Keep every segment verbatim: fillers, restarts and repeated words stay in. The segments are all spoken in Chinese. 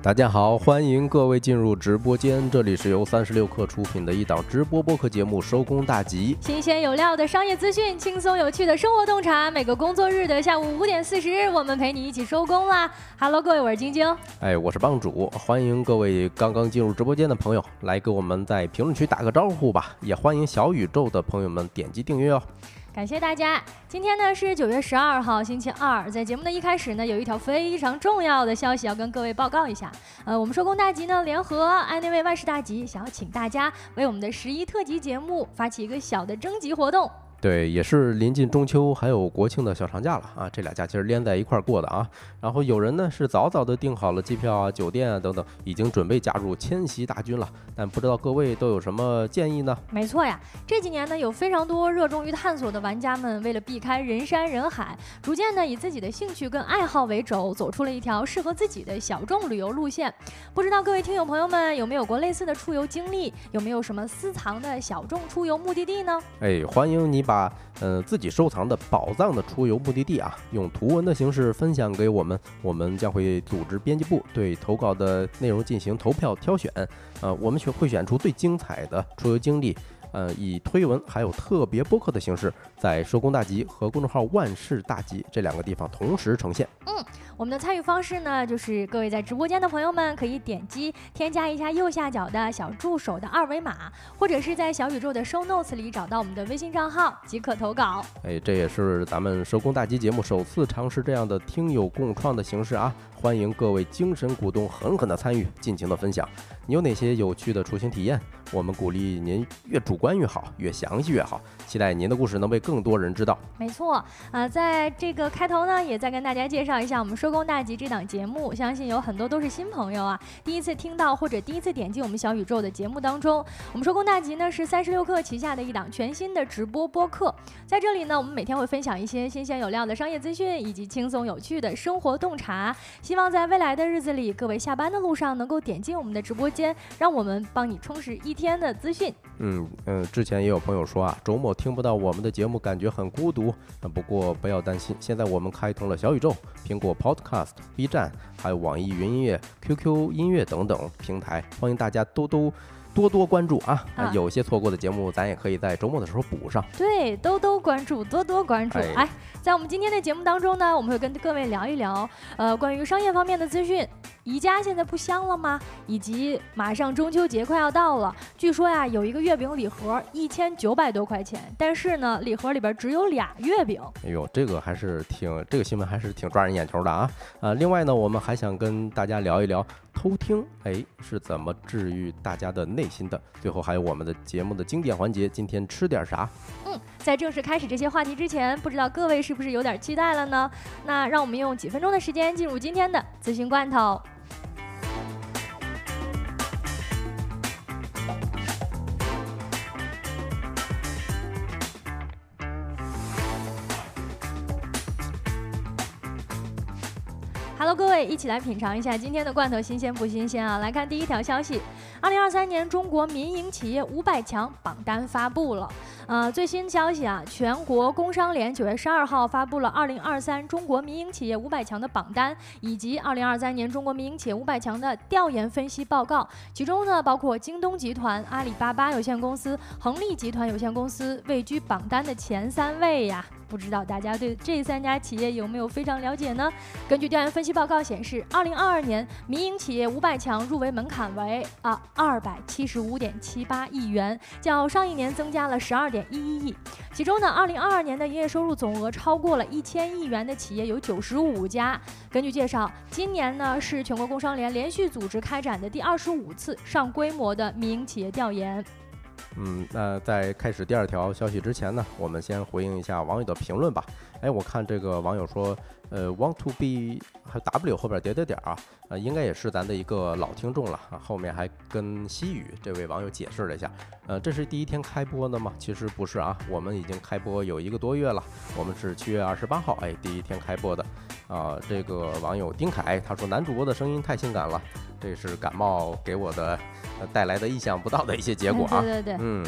大家好，欢迎各位进入直播间，这里是由三十六氪出品的一档直播播客节目《收工大吉》， 新鲜有料的商业资讯，轻松有趣的生活洞察。每个工作日的下午五点四十，我们陪你一起收工啦。Hello， 各位，我是晶晶。 哎，我是帮主，欢迎各位刚刚进入直播间的朋友来给我们在评论区打个招呼吧，也欢迎小宇宙的朋友们点击订阅哦。 感谢大家。今天呢是九月十二号，星期二。在节目的一开始呢，有一条非常重要的消息要跟各位报告一下。呃，我们收工大吉呢，联合爱内卫万事大吉，想要请大家为我们的十一特辑节目发起一个小的征集活动。 对，也是临近中秋还有国庆的小长假了啊，这俩假期是连在一块儿过的啊。然后有人呢是早早的订好了机票啊、酒店啊等等，已经准备加入迁徙大军了。但不知道各位都有什么建议呢？ 没错呀，这几年呢有非常多热衷于探索的玩家们，为了避开人山人海，逐渐呢以自己的兴趣跟爱好为轴，走出了一条适合自己的小众旅游路线。不知道各位听友朋友们有没有过类似的出游经历？有没有什么私藏的小众出游目的地呢？ 哎，欢迎你把把呃自己收藏的宝藏的出游目的地啊，用图文的形式分享给我们，我们将会组织编辑部对投稿的内容进行投票挑选，呃，我们选会选出最精彩的出游经历，呃，以推文还有特别播客的形式，在收工大吉和公众号万事大吉这两个地方同时呈现。 嗯，我们的参与方式呢，就是各位在直播间的朋友们可以点击添加一下右下角的小助手的二维码，或者是在小宇宙的 show notes 里找到我们的微信账号即可投稿。 哎，这也是咱们收工大吉节目首次尝试这样的听友共创的形式啊，欢迎各位精神股东狠狠的参与，尽情的分享。你有哪些有趣的出行体验？我们鼓励您越主观越好，越详细越好，期待您的故事能被更多人知道。 没错，呃，在这个开头呢，也再跟大家介绍一下我们收工大吉这档节目，相信有很多都是新朋友啊，第一次听到或者第一次点进我们小宇宙的节目当中。我们收工大吉呢是三十六氪旗下的一档全新的直播播客，在这里呢，我们每天会分享一些新鲜有料的商业资讯，以及轻松有趣的生活洞察。希望在未来的日子里，各位下班的路上能够点进我们的直播间，让我们帮你充实一天的资讯。 嗯嗯，之前也有朋友说啊，周末听不到我们的节目，感觉很孤独。不过不要担心，现在我们开通了小宇宙、苹果 Podcast、B 站，还有网易云音乐、Q Q 音乐等等平台，欢迎大家都都多多关注啊！啊有些错过的节目，咱也可以在周末的时候补上。 对，多多关注，多多关注。哎，在我们今天的节目当中呢，我们会跟各位聊一聊，呃，关于商业方面的资讯。宜家现在不香了吗？以及马上中秋节快要到了，据说呀，有一个月饼礼盒一千九百多块钱，但是呢，礼盒里边只有俩月饼。 哎呦，这个还是挺这个新闻还是挺抓人眼球的啊！啊，另外呢，我们还想跟大家聊一聊偷听，哎，是怎么治愈大家的内心的？最后还有我们的节目的经典环节，今天吃点啥？ 嗯，在正式开始这些话题之前，不知道各位是不是有点期待了呢？那让我们用几分钟的时间进入今天的资讯罐头。Hello， 各位，一起来品尝一下今天的罐头新鲜不新鲜啊？来看第一条消息，二零二三年中国民营企业五百强榜单发布了。呃，最新消息啊，全国工商联九月十二号发布了二零二三中国民营企业五百强的榜单，以及二零二三年中国民营企业五百强的调研分析报告。其中呢，包括京东集团、阿里巴巴有限公司、恒力集团有限公司位居榜单的前三位呀。不知道大家对这三家企业有没有非常了解呢？根据调研分析报告显示，二零二二年民营企业五百强入围门槛为啊二百七十五点七八亿元，较上一年增加了十二点一一亿。其中呢，二零二二年的营业收入总额超过了一千亿元的企业有九十五家。根据介绍，今年呢是全国工商联连续组织开展的第二十五次上规模的民营企业调研。 嗯，那在开始第二条消息之前呢，我们先回应一下网友的评论吧。哎，我看这个网友说，呃 ，want to be 还 W 后边点点点啊，呃，应该也是咱的一个老听众了啊。后面还跟西语这位网友解释了一下，呃，这是第一天开播的吗？其实不是啊，我们已经开播有一个多月了，我们是七月二十八号，哎，第一天开播的。啊，这个网友丁凯他说男主播的声音太性感了，这是感冒给我的、呃、带来的意想不到的一些结果啊。 对对对， 嗯。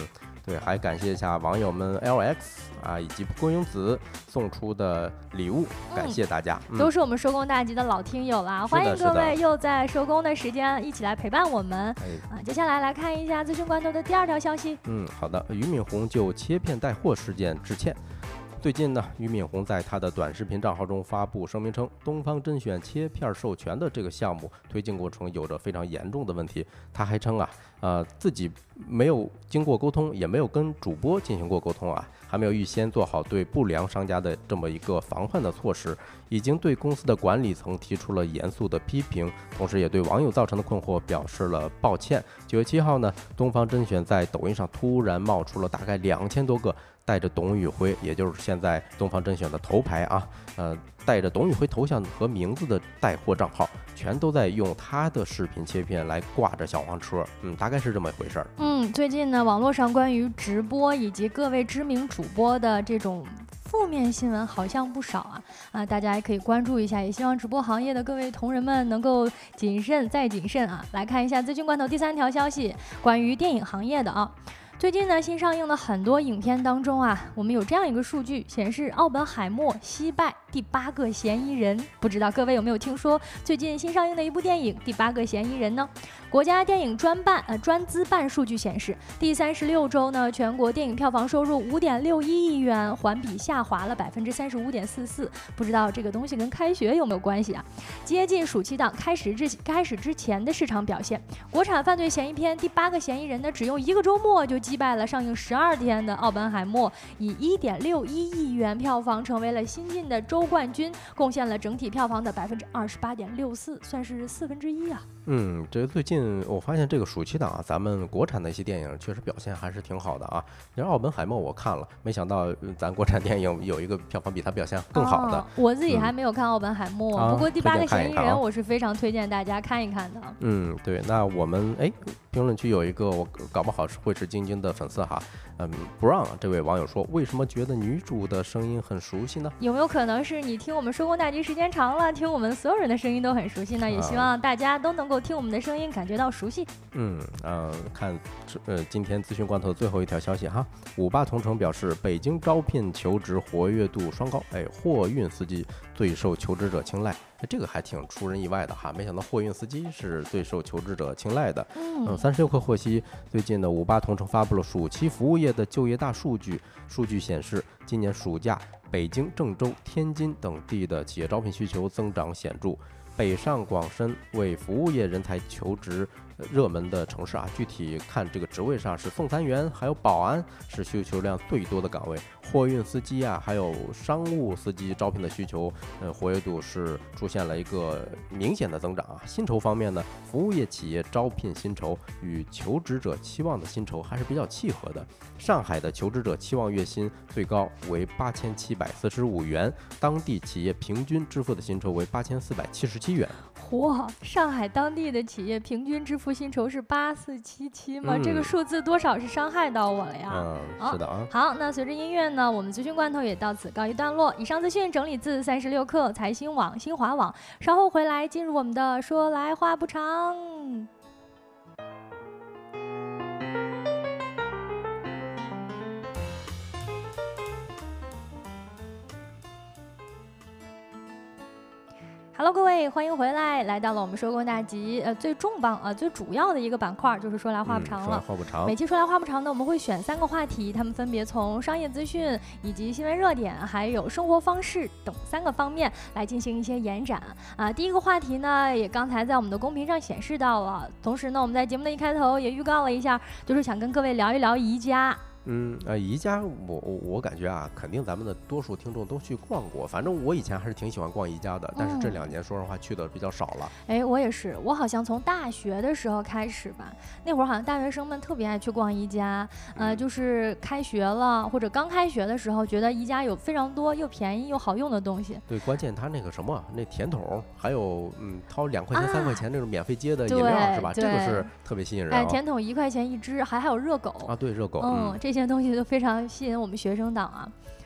对，还感谢一下网友们 L X 啊以及郭英子送出的礼物，感谢大家， 嗯、都是我们收工大吉的老听友啦，欢迎各位又在收工的时间一起来陪伴我们。哎、啊，接下来来看一下资讯罐头的第二条消息。 嗯，好的，俞敏洪就切片带货事件致歉。最近呢，俞敏洪在他的短视频账号中发布声明称，东方甄选切片授权的这个项目推进过程有着非常严重的问题。他还称啊，呃，自己没有经过沟通，也没有跟主播进行过沟通啊，还没有预先做好对不良商家的这么一个防范的措施，已经对公司的管理层提出了严肃的批评，同时也对网友造成的困惑表示了抱歉。九月七号呢，东方甄选在抖音上突然冒出了大概两千多个带着董宇辉，也就是现在东方甄选的头牌啊，呃，带着董宇辉头像和名字的带货账号，全都在用他的视频切片来挂着小黄车，嗯，大概是这么一回事儿。 嗯，最近呢，网络上关于直播以及各位知名主播的这种负面新闻好像不少啊啊，大家也可以关注一下，也希望直播行业的各位同仁们能够谨慎再谨慎啊。来看一下资讯罐头第三条消息，关于电影行业的啊。最近呢，新上映的很多影片当中啊，我们有这样一个数据显示，奥本海默惜败第八个嫌疑人。不知道各位有没有听说最近新上映的一部电影《第八个嫌疑人》呢？国家电影专办呃专资办数据显示，第三十六周呢，全国电影票房收入五点六一亿元，环比下滑了百分之三十五点四四。不知道这个东西跟开学有没有关系啊？接近暑期档开始之开始之前的市场表现，国产犯罪嫌疑片《第八个嫌疑人》呢，只用一个周末就击败了上映十二天的《奥本海默》，以一点六一亿元票房成为了新晋的周冠军，贡献了整体票房的百分之二十八点六四，算是四分之一啊。 嗯，这最近我发现这个暑期档啊，咱们国产的一些电影确实表现还是挺好的啊。你说《奥本海默》我看了，没想到咱国产电影有一个票房比它表现更好的。 哦、我自己还没有看《奥本海默》嗯，不过《第八个嫌疑人》我是非常推荐大家看一看的。 嗯，对，那我们哎，评论区有一个我搞不好是会是晶晶的粉丝哈，嗯 ，Brown 这位网友说，为什么觉得女主的声音很熟悉呢？ 有没有可能是你听我们收工大吉时间长了，听我们所有人的声音都很熟悉呢？也希望大家都能够听我们的声音感觉到熟悉。 嗯，呃，看呃今天资讯罐头的最后一条消息哈，五八同城表示，北京招聘求职活跃度双高，哎，货运司机最受求职者青睐。这个还挺出人意外的哈，没想到货运司机是最受求职者青睐的。嗯，三十六氪获悉，最近的五八同城发布了暑期服务业的就业大数据，数据显示，今年暑假北京、郑州、天津等地的企业招聘需求增长显著，北上广深为服务业人才求职热门的城市啊，具体看这个职位上是送餐员还有保安是需求量最多的岗位，货运司机啊还有商务司机招聘的需求呃活跃度是出现了一个明显的增长啊。薪酬方面呢，服务业企业招聘薪酬与求职者期望的薪酬还是比较契合的。上海的求职者期望月薪最高为八千七百四十五元，当地企业平均支付的薪酬为八千四百七十七元。 哇，上海当地的企业平均支付薪酬是八四七七吗？嗯、这个数字多少是伤害到我了呀？ 嗯，是的啊。 好，那随着音乐呢，我们资讯罐头也到此告一段落。以上资讯整理自三十六氪、财新网、新华网。稍后回来进入我们的说来话不长。Hello， 各位，欢迎回来，来到了我们收工大吉呃最重磅呃最主要的一个板块，就是说来话不长了。 嗯、说来话不长。 每期说来话不长呢，我们会选三个话题，他们分别从商业资讯、以及新闻热点，还有生活方式等三个方面来进行一些延展啊。第一个话题呢，也刚才在我们的公屏上显示到了，同时呢，我们在节目的一开头也预告了一下，就是想跟各位聊一聊宜家。 嗯，呃，宜家，我我我感觉啊，肯定咱们的多数听众都去逛过。反正我以前还是挺喜欢逛宜家的，但是这两年说实话去的比较少了。 哎、嗯，我也是，我好像从大学的时候开始吧，那会儿好像大学生们特别爱去逛宜家，呃，就是开学了或者刚开学的时候，觉得宜家有非常多又便宜又好用的东西。 对，关键它那个什么，那甜筒，还有嗯，掏两块钱、三块钱那种免费接的饮料、啊、是吧？这个是特别吸引人、啊。 哎，甜筒一块钱一支，还还有热狗啊，对，热狗， 嗯， 嗯这些东西都非常吸引我们学生党啊。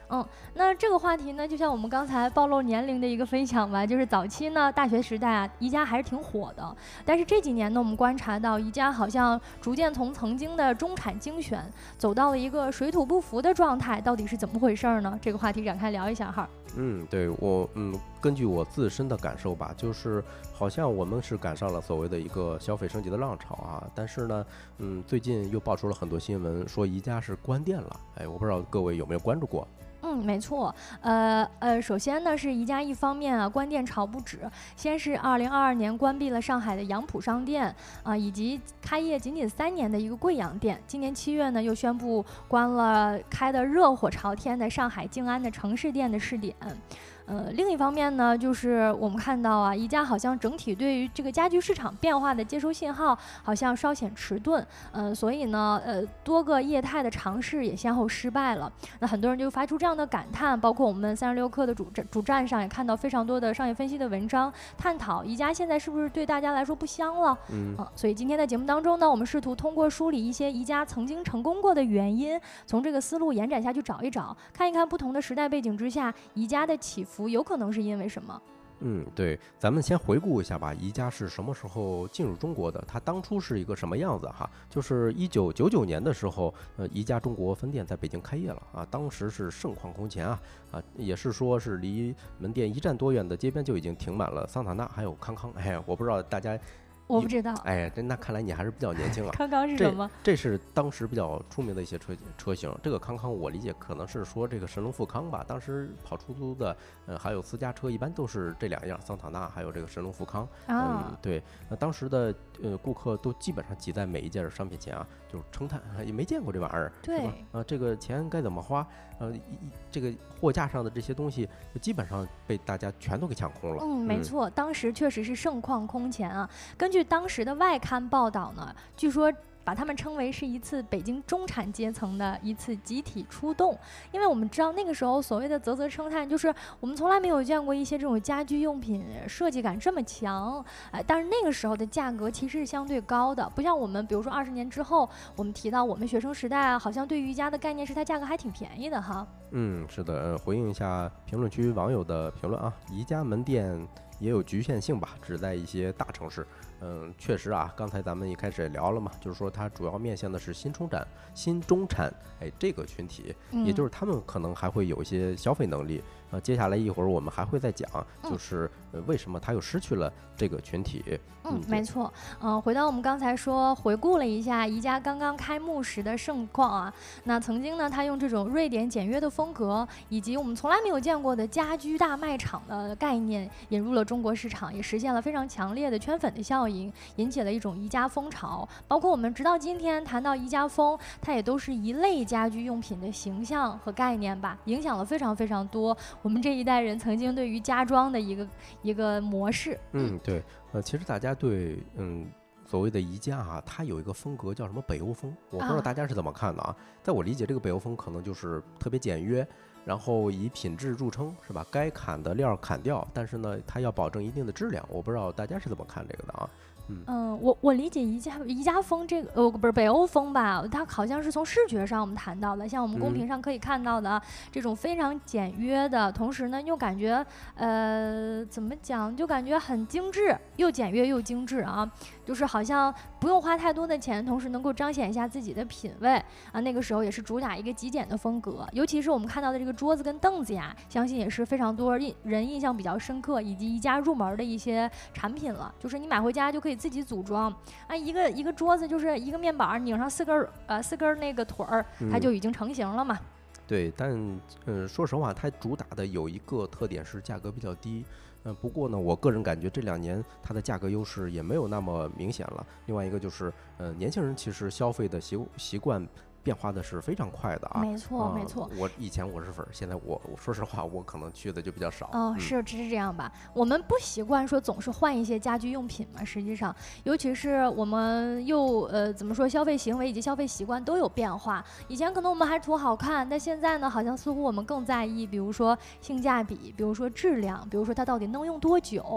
嗯，那这个话题呢，就像我们刚才暴露年龄的一个分享吧，就是早期呢，大学时代啊，宜家还是挺火的。但是这几年呢，我们观察到宜家好像逐渐从曾经的中产精选，走到了一个水土不服的状态，到底是怎么回事呢？这个话题展开聊一下哈。 嗯，对我，嗯，根据我自身的感受吧，就是好像我们是赶上了所谓的一个消费升级的浪潮啊，但是呢，嗯，最近又爆出了很多新闻，说宜家是关店了，哎，我不知道各位有没有关注过。 嗯，没错，呃呃，首先呢是宜家一方面啊关店潮不止，先是二零二二年关闭了上海的杨浦商店啊、呃，以及开业仅仅三年的一个贵阳店，今年七月呢又宣布关了开的热火朝天的上海静安的城市店的试点。呃，另一方面呢，就是我们看到啊，宜家好像整体对于这个家居市场变化的接收信号好像稍显迟钝，呃，所以呢，呃，多个业态的尝试也先后失败了。那很多人就发出这样的感叹，包括我们三十六氪的主主站上也看到非常多的商业分析的文章，探讨宜家现在是不是对大家来说不香了。 嗯、 呃，所以今天的节目当中呢，我们试图通过梳理一些宜家曾经成功过的原因，从这个思路延展下去找一找，看一看不同的时代背景之下，宜家的起伏有可能是因为什么？ 嗯，对，咱们先回顾一下吧，宜家是什么时候进入中国的？它当初是一个什么样子哈？就是一九九九年的时候，呃，宜家中国分店在北京开业了啊，当时是盛况空前啊啊，也是说是离门店一站多远的街边就已经停满了桑塔纳还有康康，哎，我不知道大家。 我不知道， 哎，这那看来你还是比较年轻啊。 康康是什么？ 这是当时比较出名的一些车车型。这个康康，我理解可能是说这个神龙富康吧。当时跑出租的，呃，还有私家车，一般都是这两样，桑塔纳还有这个神龙富康。 啊、 嗯，对。那当时的呃顾客都基本上挤在每一件商品前啊，就称叹，也没见过这玩意儿， 对， 是吧？啊，这个钱该怎么花？呃，一这个货架上的这些东西，基本上被大家全都给抢空了。 嗯，没错，嗯、当时确实是盛况空前啊。根据当时的外刊报道呢，据说把他们称为是一次北京中产阶层的一次集体出动，因为我们知道那个时候所谓的啧啧称叹，就是我们从来没有见过一些这种家居用品设计感这么强，哎，但是那个时候的价格其实是相对高的，不像我们比如说二十年之后，我们提到我们学生时代啊，好像对于宜家的概念是它价格还挺便宜的哈。 嗯，是的，呃，回应一下评论区网友的评论啊，宜家门店也有局限性吧，只在一些大城市。嗯，确实啊，刚才咱们一开始也聊了嘛，就是说它主要面向的是新中产、新中产，哎，这个群体， 嗯、 也就是他们可能还会有一些消费能力。呃，接下来一会儿我们还会再讲，就是呃为什么他又失去了这个群体。 嗯，嗯没错。嗯、呃，回到我们刚才说，回顾了一下宜家刚刚开幕时的盛况啊，那曾经呢，他用这种瑞典简约的风格，以及我们从来没有见过的家居大卖场的概念，引入了中国市场，也实现了非常强烈的圈粉的效应，引起了一种宜家风潮。包括我们直到今天谈到宜家风，它也都是一类家居用品的形象和概念吧，影响了非常非常多我们这一代人曾经对于家装的一个一个模式。 嗯，对，呃，其实大家对嗯所谓的宜家啊，它有一个风格叫什么北欧风，我不知道大家是怎么看的啊。在我理解，这个北欧风可能就是特别简约，然后以品质著称，是吧？该砍的料砍掉，但是呢，它要保证一定的质量。我不知道大家是怎么看这个的啊。 嗯, 嗯，我我理解宜家宜家风这个呃不是北欧风吧，它好像是从视觉上我们谈到的，像我们公屏上可以看到的、嗯、这种非常简约的，同时呢又感觉呃怎么讲，就感觉很精致，又简约又精致啊，就是好像不用花太多的钱，同时能够彰显一下自己的品味啊。那个时候也是主打一个极简的风格，尤其是我们看到的这个桌子跟凳子呀，相信也是非常多人印象比较深刻，以及宜家入门的一些产品了，就是你买回家就可以自己组装啊，一个一个桌子就是一个面板拧上四根呃四根那个腿儿，它就已经成型了嘛。 嗯、对，但嗯、呃，说实话，它主打的有一个特点是价格比较低。嗯、呃，不过呢，我个人感觉这两年它的价格优势也没有那么明显了。另外一个就是，呃，年轻人其实消费的习习惯变化的是非常快的啊， 没错、呃、没错。 我以前我是粉，现在我我说实话，我可能去的就比较少。 哦， 嗯、 是是这样吧？我们不习惯说总是换一些家居用品嘛，实际上，尤其是我们又呃怎么说，消费行为以及消费习惯都有变化。以前可能我们还图好看，但现在呢，好像似乎我们更在意，比如说性价比，比如说质量，比如说它到底能用多久。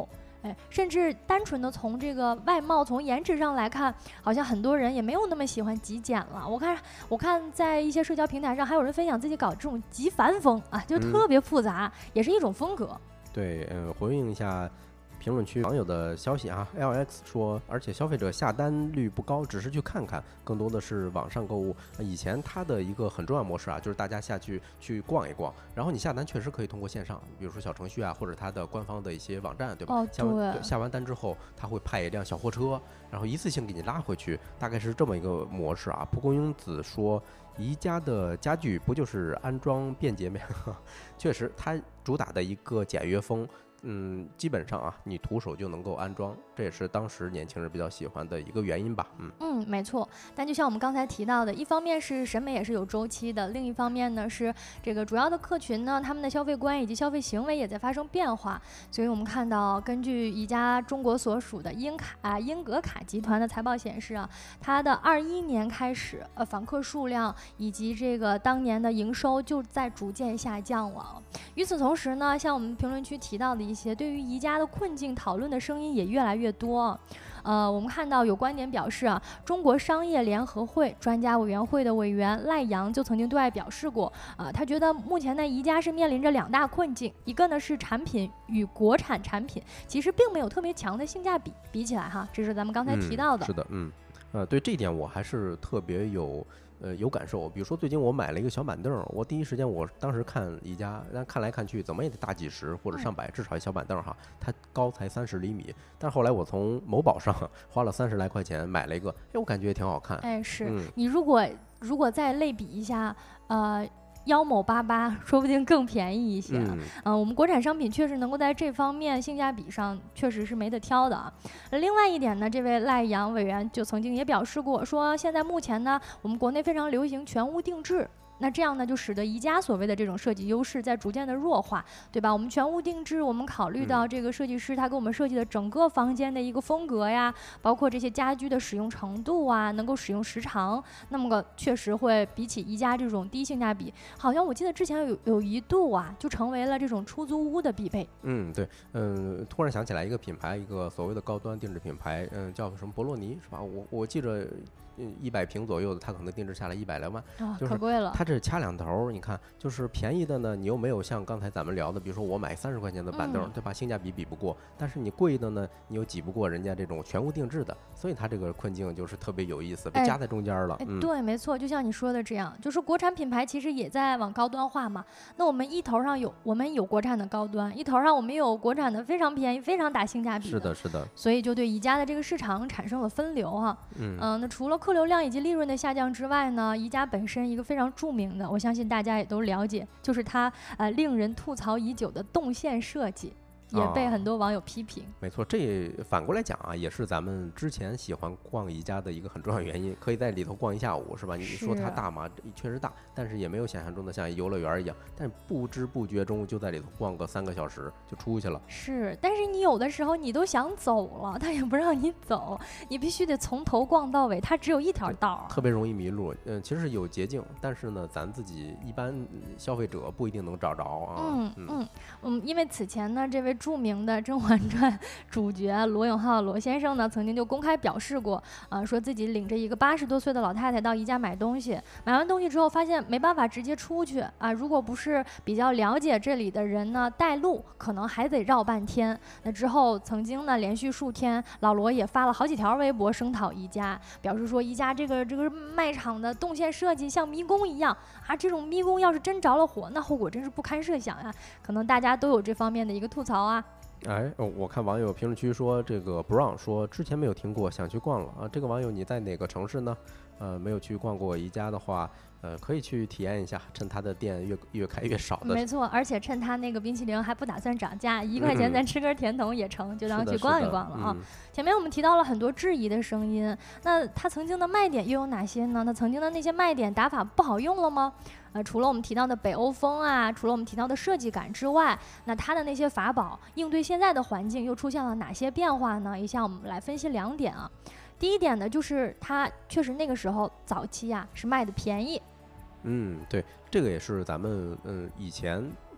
哎，甚至单纯的从这个外貌、从颜值上来看，好像很多人也没有那么喜欢极简了。我看，我看在一些社交平台上，还有人分享自己搞这种极繁风啊，就特别复杂，嗯、也是一种风格。 对，嗯，回应一下评论区网友的消息啊 ，L X 说，而且消费者下单率不高，只是去看看，更多的是网上购物。以前它的一个很重要模式啊，就是大家下去去逛一逛，然后你下单确实可以通过线上，比如说小程序啊，或者它的官方的一些网站，对吧？ 哦， 下完下完单之后，他会派一辆小货车，然后一次性给你拉回去，大概是这么一个模式啊。蒲公英子说，宜家的家具不就是安装便捷吗？确实，它主打的一个简约风。嗯，基本上啊，你徒手就能够安装，这也是当时年轻人比较喜欢的一个原因吧。嗯嗯，没错。但就像我们刚才提到的，一方面是审美也是有周期的，另一方面呢是这个主要的客群呢，他们的消费观以及消费行为也在发生变化。所以我们看到，根据宜家中国所属的英卡啊英格卡集团的财报显示啊，它的二一年开始，呃，访客数量以及这个当年的营收就在逐渐下降了。与此同时呢，像我们评论区提到的一些对于宜家的困境讨论的声音也越来越多。呃，我们看到有观点表示啊，中国商业联合会专家委员会的委员赖阳就曾经对外表示过，啊、呃，他觉得目前呢宜家是面临着两大困境，一个呢是产品与国产产品其实并没有特别强的性价比，比起来哈，这是咱们刚才提到的。 嗯、是的，嗯，呃，对这一点我还是特别有。呃，有感受。比如说，最近我买了一个小板凳，我第一时间我当时看宜家，但看来看去怎么也得大几十或者上百，至少一小板凳哈，它高才三十厘米。但是后来我从某宝上花了三十来块钱买了一个，哎，我感觉也挺好看。 哎，是、 嗯、 你如果如果再类比一下，呃。幺某八八说不定更便宜一些，嗯、呃，我们国产商品确实能够在这方面性价比上确实是没得挑的啊。另外一点呢，这位赖阳委员就曾经也表示过，说现在目前呢，我们国内非常流行全屋定制。那这样呢，就使得宜家所谓的这种设计优势在逐渐的弱化，对吧？我们全屋定制，我们考虑到这个设计师他给我们设计的整个房间的一个风格呀，包括这些家居的使用程度啊，能够使用时长，那么个确实会比起宜家这种低性价比，好像我记得之前有有一度啊，就成为了这种出租屋的必备。 嗯，对，嗯，突然想起来一个品牌，一个所谓的高端定制品牌，嗯，叫什么博洛尼是吧？我我记着。一百平左右的，它可能定制下来一百来万， 哦， 就是可贵了。 它这掐两头，你看，就是便宜的呢，你又没有像刚才咱们聊的，比如说我买三十块钱的板凳，嗯、对吧？性价比比不过，但是你贵的呢，你又挤不过人家这种全屋定制的，所以它这个困境就是特别有意思，被夹在中间了。 哎嗯、 对，没错，就像你说的这样，就是国产品牌其实也在往高端化嘛。那我们一头上有我们有国产的高端，一头上我们有国产的非常便宜、非常打性价比的。 是的，是的。 所以就对宜家的这个市场产生了分流哈、啊。嗯、呃，那除了客流量以及利润的下降之外呢，宜家本身一个非常著名的，我相信大家也都了解，就是它呃令人吐槽已久的动线设计。也被很多网友批评、 哦、没错，这反过来讲啊，也是咱们之前喜欢逛宜家的一个很重要原因，可以在里头逛一下午，是吧？你说它大吗？确实大，但是也没有想象中的像游乐园一样，但不知不觉中就在里头逛个三个小时就出去了。 是，但是你有的时候你都想走了，他也不让你走，你必须得从头逛到尾，它只有一条道、啊， 特别容易迷路。嗯，其实有捷径，但是呢，咱自己一般消费者不一定能找着啊。 嗯嗯嗯，因为此前呢，这位著名的《甄嬛传》主角罗永浩罗先生呢，曾经就公开表示过，啊、呃，说自己领着一个八十多岁的老太太到宜家买东西，买完东西之后发现没办法直接出去啊，如果不是比较了解这里的人呢带路，可能还得绕半天。那之后曾经呢，连续数天，老罗也发了好几条微博声讨宜家，表示说宜家这个这个卖场的动线设计像迷宫一样啊，这种迷宫要是真着了火，那后果真是不堪设想呀。可能大家都有这方面的一个吐槽啊。 哎，我看网友评论区说，这个 Brown 说之前没有听过，想去逛了啊。这个网友你在哪个城市呢？呃，没有去逛过宜家的话，呃，可以去体验一下，趁它的店越越开越少的。 没错，而且趁它那个冰淇淋还不打算涨价，一块钱咱吃根甜筒也成，嗯、就当去逛一逛了啊。嗯、前面我们提到了很多质疑的声音，那它曾经的卖点又有哪些呢？它曾经的那些卖点打法不好用了吗？呃，除了我们提到的北欧风啊，除了我们提到的设计感之外，那它的那些法宝应对现在的环境又出现了哪些变化呢？以下我们来分析两点啊。第一点呢，就是它确实那个时候早期啊是卖的便宜。 嗯，对，这个也是咱们嗯以前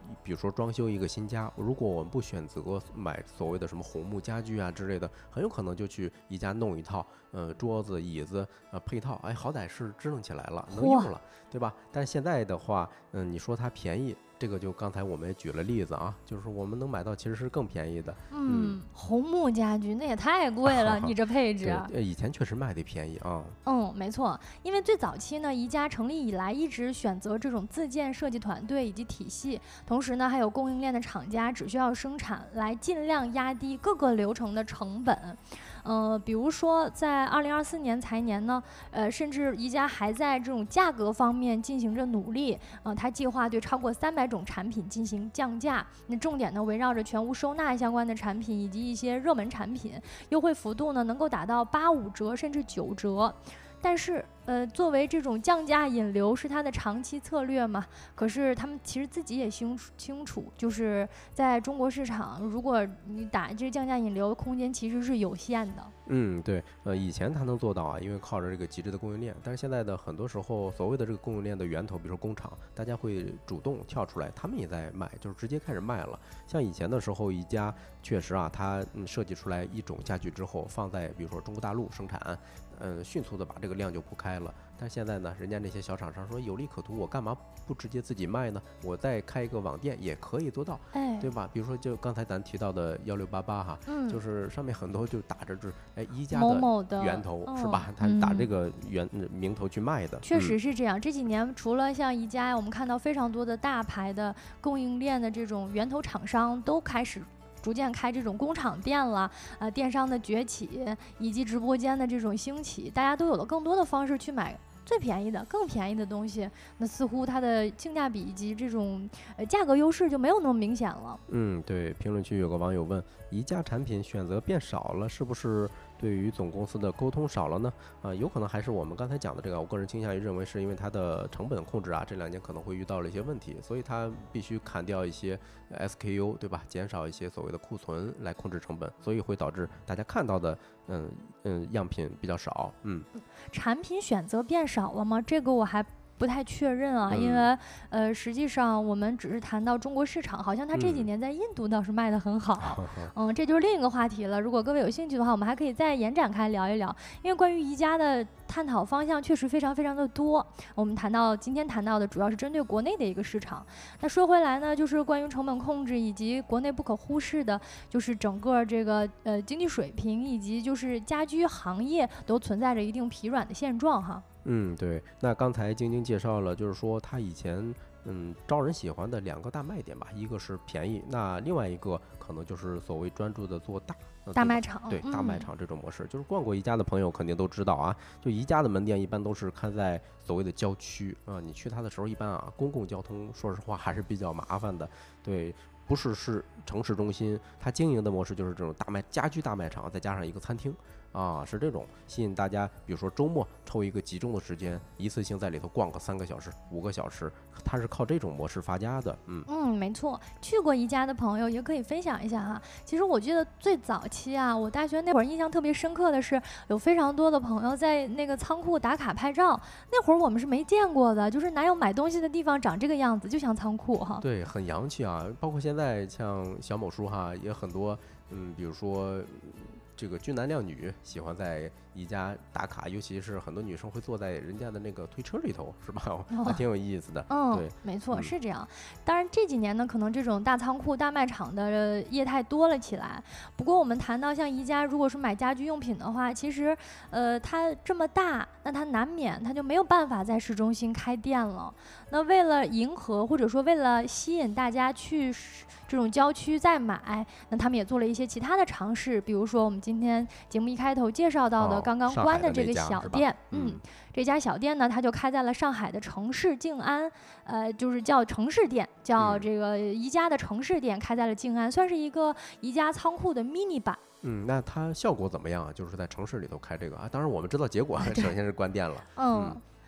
比如说装修一个新家，如果我们不选择买所谓的什么红木家具啊之类的，很有可能就去宜家弄一套，呃，桌子、椅子，呃，配套，哎，好歹是支棱起来了，能用了，对吧？但是现在的话，嗯，你说它便宜。这个就刚才我们也举了例子啊，就是我们能买到其实是更便宜的。 嗯，嗯红木家具那也太贵了，你这配置。 对，以前确实卖的便宜啊。 嗯，没错，因为最早期呢，宜家成立以来一直选择这种自建设计团队以及体系，同时呢，还有供应链的厂家只需要生产，来尽量压低各个流程的成本。呃，比如说在二零二四年财年呢，呃，甚至宜家还在这种价格方面进行着努力。呃，它计划对超过三百种产品进行降价。那重点呢，围绕着全屋收纳相关的产品以及一些热门产品，优惠幅度呢能够达到八五折甚至九折。但是，呃，作为这种降价引流是它的长期策略嘛？可是他们其实自己也清楚，清楚，就是在中国市场，如果你打这降价引流，空间其实是有限的。 嗯，对，呃，以前它能做到啊，因为靠着这个极致的供应链。但是现在的很多时候，所谓的这个供应链的源头，比如说工厂，大家会主动跳出来，他们也在卖，就是直接开始卖了。像以前的时候，宜家确实啊，它嗯设计出来一种家具之后，放在比如说中国大陆生产，嗯，迅速的把这个量就铺开了。但现在呢，人家那些小厂商说有利可图，我干嘛不直接自己卖呢？我再开一个网店也可以做到， 哎， 对吧？比如说就刚才咱提到的幺六八八哈， 嗯， 就是上面很多就打着这哎宜家某某的源头、 哦、 是吧？他打这个源、嗯、名头去卖的， 确实是这样。嗯、这几年除了像宜家，我们看到非常多的大牌的供应链的这种源头厂商都开始逐渐开这种工厂店了，呃，电商的崛起以及直播间的这种兴起，大家都有了更多的方式去买最便宜的、更便宜的东西，那似乎它的性价比以及这种呃价格优势就没有那么明显了。 嗯，对。评论区有个网友问：宜家产品选择变少了，是不是对于总公司的沟通少了呢？啊、呃，有可能还是我们刚才讲的这个，我个人倾向于认为是因为它的成本控制啊，这两年可能会遇到了一些问题，所以它必须砍掉一些 S K U， 对吧？减少一些所谓的库存来控制成本，所以会导致大家看到的嗯嗯样品比较少。嗯， 产品选择变少了吗？这个我还不太确认啊， 嗯、 因为呃，实际上我们只是谈到中国市场，好像它这几年在印度倒是卖得很好。嗯, 嗯，这就是另一个话题了。如果各位有兴趣的话，我们还可以再延展开聊一聊，因为关于宜家的探讨方向确实非常非常的多。我们谈到今天谈到的主要是针对国内的一个市场。那说回来呢，就是关于成本控制以及国内不可忽视的，就是整个这个呃经济水平以及就是家居行业都存在着一定疲软的现状哈。 嗯，对。那刚才晶晶介绍了，就是说他以前嗯招人喜欢的两个大卖点吧，一个是便宜，那另外一个可能就是所谓专注的做大大卖场， 对、嗯、大卖场这种模式，就是逛过宜家的朋友肯定都知道啊，就宜家的门店一般都是开在所谓的郊区啊、呃，你去它的时候一般啊公共交通说实话还是比较麻烦的，对。不是是城市中心，它经营的模式就是这种大卖家居大卖场，再加上一个餐厅啊，是这种吸引大家，比如说周末抽一个集中的时间，一次性在里头逛个三个小时、五个小时，它是靠这种模式发家的。嗯嗯，没错。去过宜家的朋友也可以分享一下哈。其实我记得最早期啊，我大学那会儿印象特别深刻的是，有非常多的朋友在那个仓库打卡拍照。那会儿我们是没见过的，就是哪有买东西的地方长这个样子，就像仓库哈。 对，很洋气啊，包括现在。现在像小某书哈也很多，嗯，比如说这个俊男靓女喜欢在宜家打卡，尤其是很多女生会坐在人家的那个推车里头，是吧？还挺有意思的。 嗯， 对， 没错，是这样。当然这几年呢，可能这种大仓库、大卖场的业态多了起来。不过我们谈到像宜家，如果是买家居用品的话，其实呃它这么大，那它难免它就没有办法在市中心开店了。那为了迎合或者说为了吸引大家去这种郊区再买，那他们也做了一些其他的尝试，比如说我们今天节目一开头介绍到的刚刚关的这个小店， 哦、嗯, 嗯， 这家小店呢，它就开在了上海的城市静安，呃，就是叫城市店，叫这个宜家的城市店，开在了静安，算是一个宜家仓库的 mini 版。 嗯，那它效果怎么样啊？就是在城市里头开这个啊，当然我们知道结果，首先是关店了。 嗯。嗯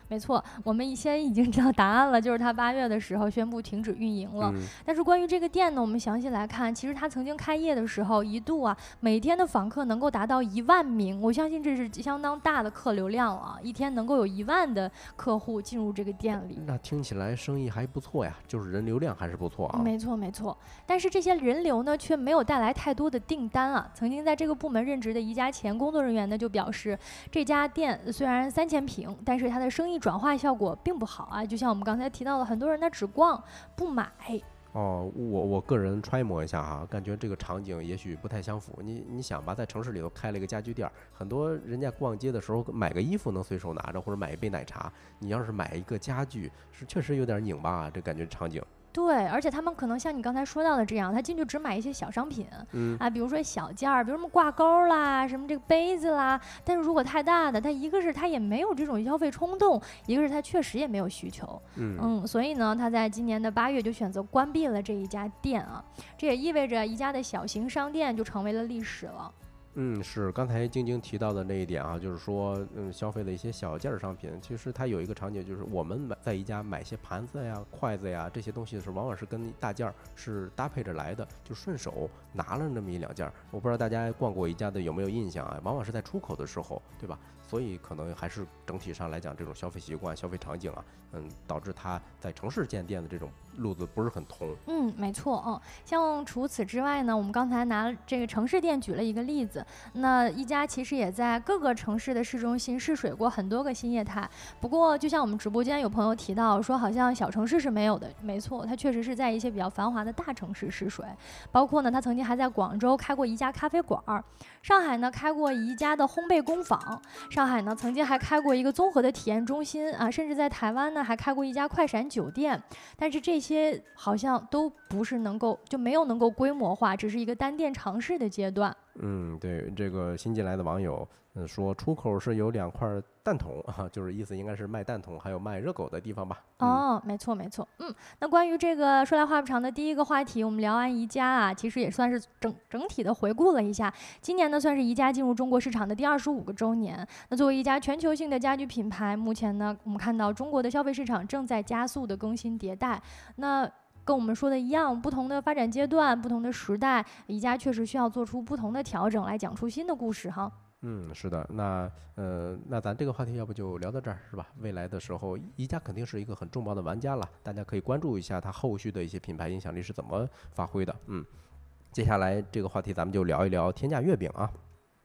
没错，我们现在已经知道答案了，就是它八月的时候宣布停止运营了。 嗯、 但是关于这个店呢，我们详细来看，其实它曾经开业的时候，一度啊每天的访客能够达到一万名，我相信这是相当大的客流量了，一天能够有一万的客户进入这个店里。 那听起来生意还不错呀，就是人流量还是不错啊。 没错没错，但是这些人流呢，却没有带来太多的订单啊。曾经在这个部门任职的宜家前工作人员呢，就表示，这家店虽然三千平，但是它的生意转化效果并不好啊。就像我们刚才提到的，很多人他只逛不买。 哦，我我个人揣摩一下哈，感觉这个场景也许不太相符。你你想吧，在城市里头开了一个家居店，很多人家逛街的时候买个衣服能随手拿着，或者买一杯奶茶。你要是买一个家具，是确实有点拧巴啊，这感觉场景。 对，而且他们可能像你刚才说到的这样，他进去只买一些小商品， 嗯啊，比如说小件儿，比如什么挂钩啦，什么这个杯子啦。但是如果太大的，他一个是他也没有这种消费冲动，一个是他确实也没有需求。 嗯嗯，所以呢，他在今年的八月就选择关闭了这一家店啊，这也意味着宜家的小型商店就成为了历史了。 嗯，是刚才晶晶提到的那一点啊，就是说，嗯，消费的一些小件儿商品，其实它有一个场景，就是我们买在宜家买些盘子呀、筷子呀这些东西的时候，往往是跟大件儿是搭配着来的，就顺手拿了那么一两件儿。我不知道大家逛过宜家的有没有印象啊？往往是在出口的时候，对吧？所以可能还是整体上来讲，这种消费习惯、消费场景啊，嗯，导致它在城市建店的这种路子不是很通。 嗯，没错，嗯，像除此之外呢，我们刚才拿这个城市店举了一个例子，那宜家其实也在各个城市的市中心试水过很多个新业态。不过，就像我们直播间有朋友提到说，好像小城市是没有的。没错，它确实是在一些比较繁华的大城市试水，包括呢，他曾经还在广州开过宜家咖啡馆，上海呢开过宜家的烘焙工坊。上海呢，曾经还开过一个综合的体验中心啊，甚至在台湾呢，还开过一家快闪酒店。但是这些好像都不是能够，就没有能够规模化，只是一个单店尝试的阶段。 嗯，对，这个新进来的网友，嗯，说出口是有两块蛋筒啊，就是意思应该是卖蛋筒，还有卖热狗的地方吧。 嗯、哦，没错没错。嗯，那关于这个说来话不长的第一个话题，我们聊完宜家啊，其实也算是整整体的回顾了一下。今年呢，算是宜家进入中国市场的第二十五个周年。那作为一家全球性的家居品牌，目前呢，我们看到中国的消费市场正在加速的更新迭代。那跟我们说的一样，不同的发展阶段、不同的时代，宜家确实需要做出不同的调整，来讲出新的故事哈。 嗯，是的，那呃，那咱这个话题要不就聊到这儿，是吧？未来的时候，宜家肯定是一个很重磅的玩家了，大家可以关注一下它后续的一些品牌影响力是怎么发挥的。嗯，接下来这个话题咱们就聊一聊天价月饼啊。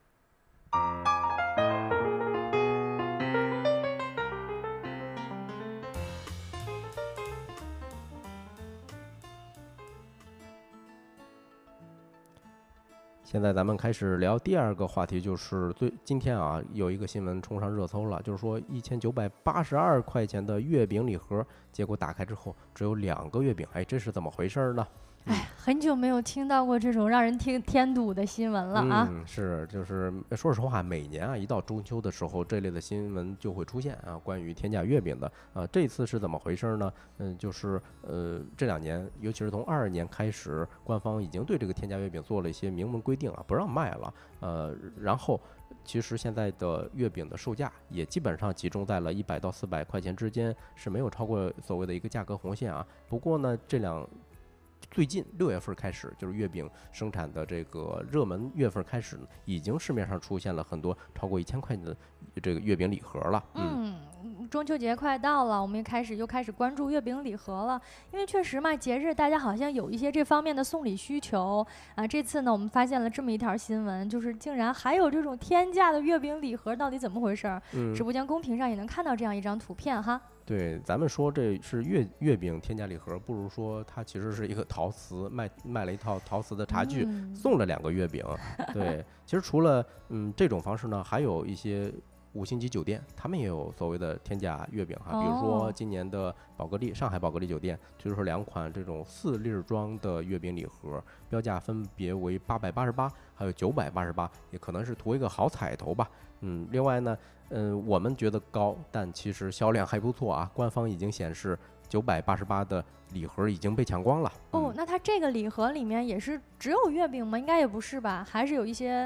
现在咱们开始聊第二个话题，就是最今天啊有一个新闻冲上热搜了，就是说一千九百八十二块钱的月饼礼盒，结果打开之后只有两个月饼，哎，这是怎么回事呢？ 哎，很久没有听到过这种让人听添堵的新闻了啊！ 嗯，是，就是说实话，每年啊一到中秋的时候，这类的新闻就会出现啊，关于天价月饼的啊。这次是怎么回事呢？嗯，就是呃这两年，尤其是从二二年开始，官方已经对这个天价月饼做了一些明文规定啊，不让卖了。呃，然后其实现在的月饼的售价也基本上集中在了一百到四百块钱之间，是没有超过所谓的一个价格红线啊。不过呢，这两最近六月份开始，就是月饼生产的这个热门月份开始，已经市面上出现了很多超过一千块钱的这个月饼礼盒了。 嗯，嗯中秋节快到了，我们也开始又开始关注月饼礼盒了，因为确实嘛，节日大家好像有一些这方面的送礼需求啊。这次呢，我们发现了这么一条新闻，就是竟然还有这种天价的月饼礼盒，到底怎么回事？嗯，直播间公屏上也能看到这样一张图片哈。 对，咱们说这是月月饼天价礼盒，不如说它其实是一个陶瓷卖卖了一套陶瓷的茶具，嗯、送了两个月饼。对，其实除了嗯这种方式呢，还有一些五星级酒店，他们也有所谓的天价月饼哈，比如说今年的宝格丽上海宝格丽酒店推出两款这种四粒装的月饼礼盒，标价分别为八百八十八，还有九百八十八，也可能是图一个好彩头吧。嗯，另外呢，嗯，我们觉得高，但其实销量还不错啊。官方已经显示九百八十八的礼盒已经被抢光了。 哦，那它这个礼盒里面也是只有月饼吗？应该也不是吧，还是有一些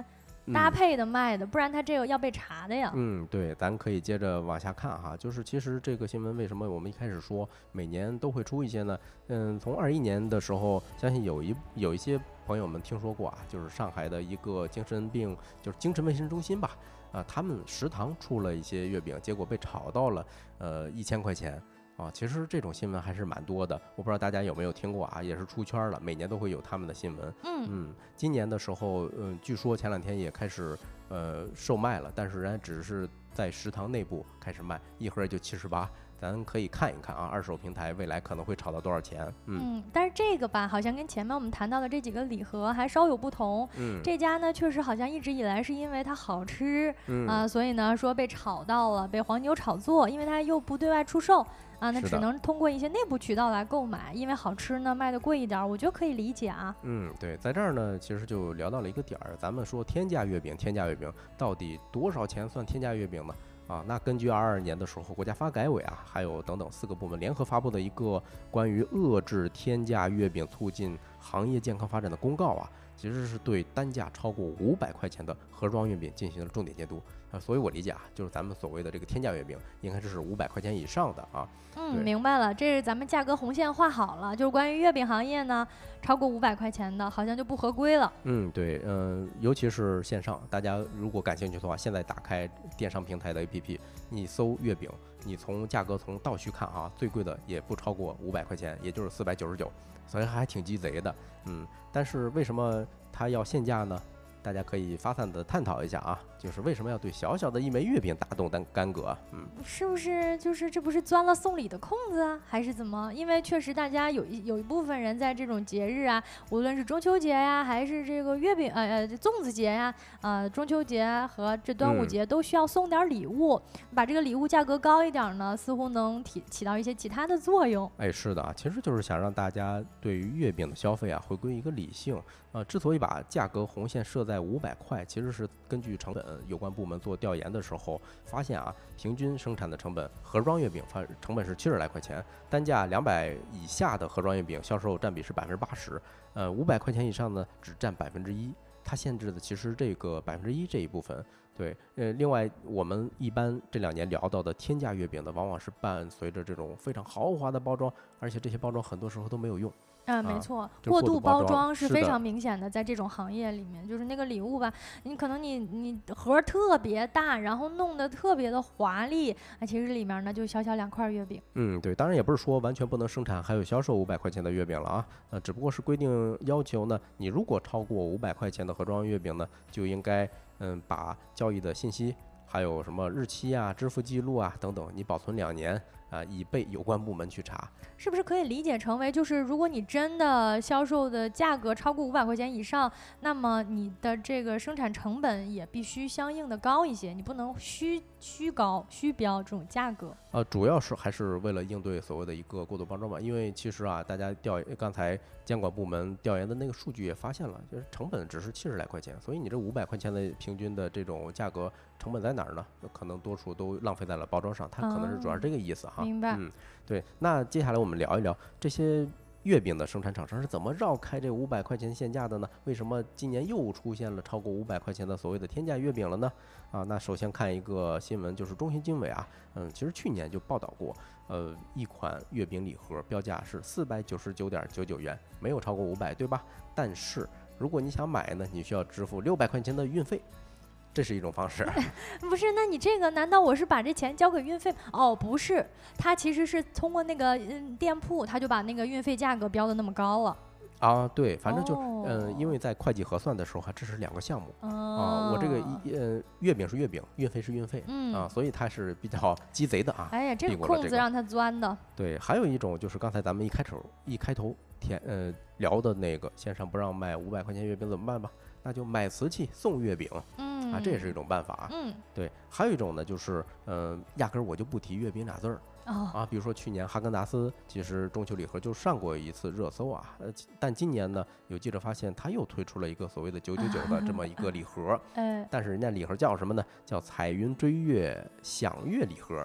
搭配的卖的，不然它这个要被查的呀。 嗯，对，咱可以接着往下看哈，就是其实这个新闻为什么我们一开始说每年都会出一些呢？嗯，从二一年的时候，相信有一有一些朋友们听说过啊，就是上海的一个精神病，就是精神卫生中心吧，啊，他们食堂出了一些月饼，结果被炒到了呃一千块钱。啊，其实这种新闻还是蛮多的，我不知道大家有没有听过啊，也是出圈了，每年都会有他们的新闻。 嗯嗯，今年的时候，嗯，据说前两天也开始呃售卖了，但是人家只是在食堂内部开始卖，一盒也就七十八。咱可以看一看啊，二手平台未来可能会炒到多少钱。嗯， 嗯，但是这个吧，好像跟前面我们谈到的这几个礼盒还稍有不同。 嗯， 这家呢，确实好像一直以来是因为它好吃， 嗯啊、所以呢说被炒到了，被黄牛炒作，因为它又不对外出售。啊，那是的只能通过一些内部渠道来购买，因为好吃呢，卖的贵一点儿，我觉得可以理解啊。 嗯，对，在这儿呢，其实就聊到了一个点儿，咱们说天价月饼，天价月饼到底多少钱算天价月饼呢？啊，那根据二二年的时候，国家发改委啊，还有等等四个部门联合发布的一个关于遏制天价月饼促进行业健康发展的公告啊，其实是对单价超过五百块钱的盒装月饼进行了重点监督啊，所以我理解啊，就是咱们所谓的这个天价月饼，应该是五百块钱以上的啊。 嗯，明白了，这是咱们价格红线画好了，就是关于月饼行业呢，超过五百块钱的，好像就不合规了。 嗯，对，嗯、尤其是线上，大家如果感兴趣的话，现在打开电商平台的 A P P，你搜月饼，你从价格从倒序看啊，最贵的也不超过五百块钱，也就是四百九十九，所以还挺鸡贼的。嗯，但是为什么它要限价呢？大家可以发散的探讨一下啊，就是为什么要对小小的一枚月饼大动干干戈？嗯， 是不是就是这不是钻了送礼的空子啊，还是怎么？因为确实大家有一有一部分人在这种节日啊，无论是中秋节呀、还是这个月饼呃呃粽子节呀、呃中秋节和这端午节都需要送点礼物，把这个礼物价格高一点呢，似乎能起起到一些其他的作用。 哎，是的啊，其实就是想让大家对于月饼的消费啊回归一个理性。呃，之所以把价格红线设在五百块，其实是根据成本，有关部门做调研的时候发现啊，平均生产的成本，盒装月饼发成本是七十来块钱，单价两百以下的盒装月饼销售占比是百分之八十，呃，五百块钱以上呢只占百分之一。它限制的其实这个百分之一这一部分，对，呃，另外我们一般这两年聊到的天价月饼呢，往往是伴随着这种非常豪华的包装，而且这些包装很多时候都没有用。 嗯，没错， 就过度包过度包装是的装是非常明显的，在这种行业里面，就是那个礼物吧，你可能你你盒儿特别大，然后弄得特别的华丽，啊，其实里面呢就小小两块月饼。 嗯，对，当然也不是说完全不能生产还有销售五百块钱的月饼了啊，呃，只不过是规定要求呢，你如果超过五百块钱的盒装月饼呢，就应该嗯把交易的信息，还有什么日期啊、支付记录啊等等，你保存两年啊，以备有关部门去查。 是不是可以理解成为，就是如果你真的销售的价格超过五百块钱以上，那么你的这个生产成本也必须相应的高一些，你不能虚虚高虚标这种价格。 呃，主要是还是为了应对所谓的一个过度包装嘛，因为其实啊，大家调刚才监管部门调研的那个数据也发现了，就是成本只是七十来块钱，所以你这五百块钱的平均的这种价格成本在哪儿呢？可能多数都浪费在了包装上，它可能是主要是这个意思哈。 明白。 嗯，对。那接下来我们聊一聊这些月饼的生产厂商是怎么绕开这五百块钱限价的呢？为什么今年又出现了超过五百块钱的所谓的天价月饼了呢？啊，那首先看一个新闻，就是中信经纬啊，嗯，其实去年就报道过，呃，一款月饼礼盒标价是四百九十九点九九元，没有超过五百，对吧？但是如果你想买呢，你需要支付六百块钱的运费。这是一种方式。 不是，那你这个难道我是把这钱交给运费？哦，不是，他其实是通过那个嗯店铺，他就把那个运费价格标的那么高了。 啊，对，反正就哦呃，因为在会计核算的时候，还这是两个项目啊。 哦， 我这个一呃月饼是月饼，运费是运费， 嗯啊，所以它是比较鸡贼的啊。 哎呀，这个避过了这个空子让他钻的。 对，还有一种就是刚才咱们一开头一开头填呃聊的那个线上不让卖五百块钱月饼怎么办吧？那就买瓷器送月饼。 嗯啊，这也是一种办法。 嗯， 对，还有一种呢，就是嗯、呃，压根儿我就不提月饼俩字儿。 哦啊，比如说去年哈根达斯其实中秋礼盒就上过一次热搜啊，呃，但今年呢，有记者发现他又推出了一个所谓的九九九的这么一个礼盒， 哎， 但是人家礼盒叫什么呢？叫彩云追月享月礼盒。 嗯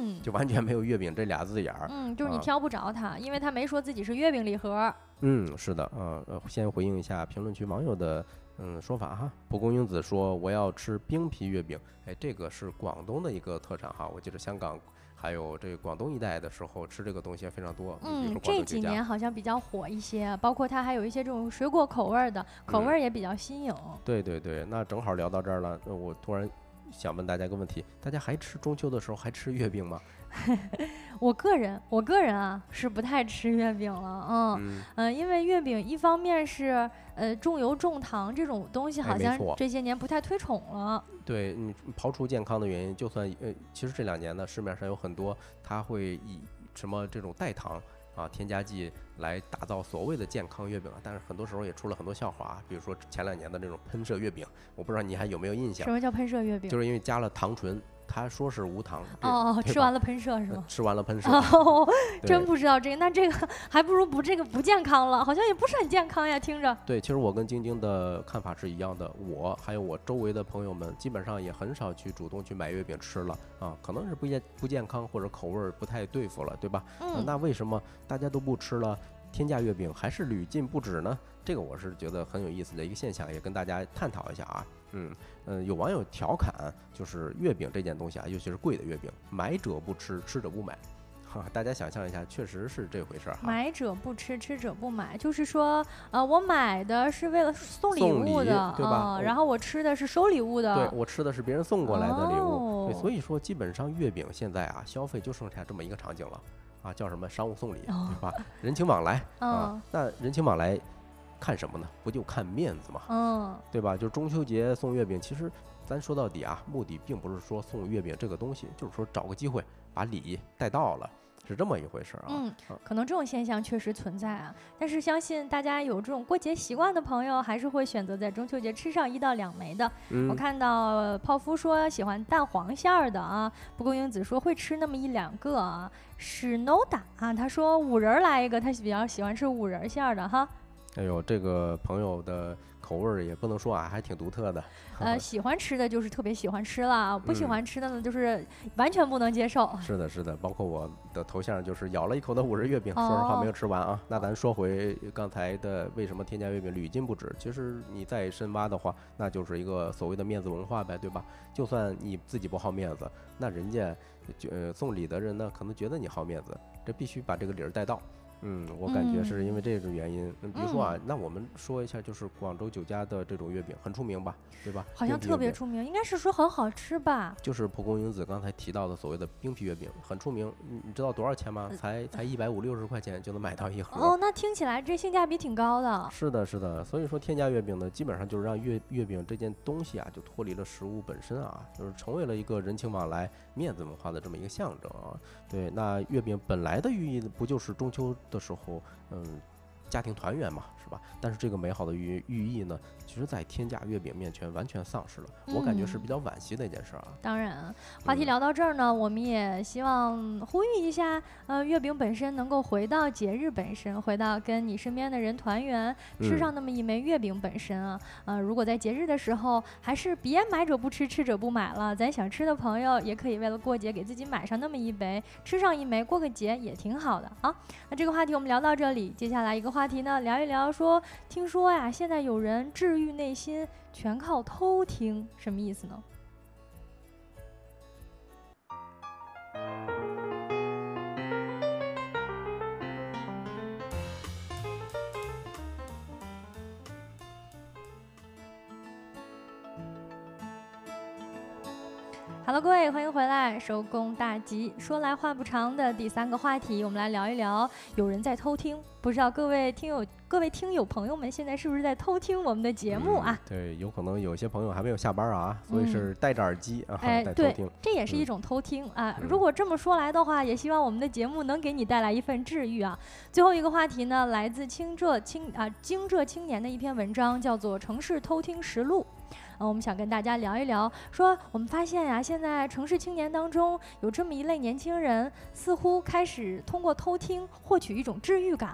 嗯， 就完全没有月饼这俩字眼儿。 嗯，就是你啊挑不着它，因为他没说自己是月饼礼盒。 嗯，是的，呃呃，先回应一下评论区网友的嗯说法哈。蒲公英子说我要吃冰皮月饼，哎，这个是广东的一个特产哈。我记得香港还有这个广东一带的时候吃这个东西非常多。比如嗯， 说广这州酒家几年好像比较火一些，包括它还有一些这种水果口味儿的，口味儿也比较新颖。 对对对，那正好聊到这儿了，那我突然想问大家一个问题：大家还吃中秋的时候还吃月饼吗？ 我个人，我个人啊是不太吃月饼了，嗯嗯， 嗯、因为月饼一方面是呃重油重糖这种东西，好像哎没错这些年不太推崇了。 对你刨除健康的原因，就算呃，其实这两年呢，市面上有很多它会以什么这种代糖啊添加剂来打造所谓的健康月饼啊，但是很多时候也出了很多笑话啊，比如说前两年的那种喷射月饼，我不知道你还有没有印象什？么叫喷射月饼？ 就是因为加了糖醇，他说是无糖，这哦， 对吧吃完了喷射是吗？ 呃吃完了喷射， 哦， 对真不知道这个，那这个还不如不这个不健康了，好像也不是很健康呀，听着。 对，其实我跟晶晶的看法是一样的，我还有我周围的朋友们，基本上也很少去主动去买月饼吃了啊，可能是不健不健康或者口味儿不太对付了，对吧？呃嗯， 那为什么大家都不吃了，天价月饼还是屡禁不止呢？这个我是觉得很有意思的一个现象，也跟大家探讨一下啊。嗯嗯、呃有网友调侃，就是月饼这件东西啊，尤其是贵的月饼，买者不吃，吃者不买。哈，大家想象一下，确实是这回事儿哈。 买者不吃，吃者不买，就是说，呃，我买的是为了送礼送礼物的， 对吧嗯我然后我吃的是收礼物的。 对我吃的是别人送过来的礼物，对， 哦所以说基本上月饼现在啊，消费就剩下这么一个场景了，啊，叫什么商务送礼， 哦对吧？人情往来啊嗯， 那人情往来看什么呢？不就看面子嘛， 嗯， 对吧？就中秋节送月饼，其实咱说到底啊，目的并不是说送月饼这个东西，就是说找个机会把礼带到了，是这么一回事儿啊。 嗯啊， 可能这种现象确实存在啊，但是相信大家有这种过节习惯的朋友，还是会选择在中秋节吃上一到两枚的。 嗯我看到呃泡芙说喜欢蛋黄馅儿的啊，蒲公英子说会吃那么一两个啊，史 no 达啊，他说五仁儿来一个，他比较喜欢吃五仁儿馅儿的哈。 哎呦，这个朋友的口味儿也不能说啊，还挺独特的。 呃，喜欢吃的就是特别喜欢吃了，不喜嗯欢吃的呢就是完全不能接受。 是的，是的，包括我的头像就是咬了一口的五仁月饼，说实话没有吃完啊。那咱说回刚才的为什么天价月饼屡禁不止，其实你再深挖的话，那就是一个所谓的面子文化呗，对吧？就算你自己不好面子，那人家就呃送礼的人呢，可能觉得你好面子，这必须把这个理儿带到。嗯，我感觉是因为这种原因。嗯，比如说啊，那我们说一下，就是广州酒家的这种月饼很出名吧，对吧？ 好像特冰皮月饼别出名，应该是说很好吃吧？ 就是蒲公英子刚才提到的所谓的冰皮月饼，很出名。你你知道多少钱吗？才才一百五六十块钱就能买到一盒。 哦，那听起来这性价比挺高的。 是的，是的。所以说天价月饼呢，基本上就是让月月饼这件东西啊，就脱离了食物本身啊，就是成为了一个人情往来、面子文化的这么一个象征啊。对，那月饼本来的寓意不就是中秋的时候，嗯，家庭团圆嘛，是吧？但是这个美好的寓寓意呢，其实在天价月饼面前完全丧失了，我感觉是嗯比较惋惜的一件事啊。 当然，话题嗯聊到这儿呢，我们也希望呼吁一下，呃，月饼本身能够回到节日本身，回到跟你身边的人团圆，吃嗯上那么一枚月饼本身啊。呃，如果在节日的时候，还是别买者不吃，吃者不买了。咱想吃的朋友也可以为了过节给自己买上那么一枚，吃上一枚，过个节也挺好的啊。那这个话题我们聊到这里，接下来一个话题呢，聊一聊说，听说呀，现在有人治愈内心全靠偷听，什么意思呢？Hello，各位，欢迎回来，收工大吉。说来话不长的第三个话题，我们来聊一聊有人在偷听。不知道各位听友、各位听友朋友们现在是不是在偷听我们的节目啊？ 嗯对，有可能有些朋友还没有下班啊，所以嗯是戴着耳机啊， 哎，对在偷听。， 这也是一嗯种偷听啊。 嗯如果这么说来的话，也希望我们的节目能给你带来一份治愈啊。最后一个话题呢，来自清浙青啊京浙青年的一篇文章，叫做《城市偷听实录》。呃，我们想跟大家聊一聊，说我们发现呀、现在城市青年当中有这么一类年轻人，似乎开始通过偷听获取一种治愈感了。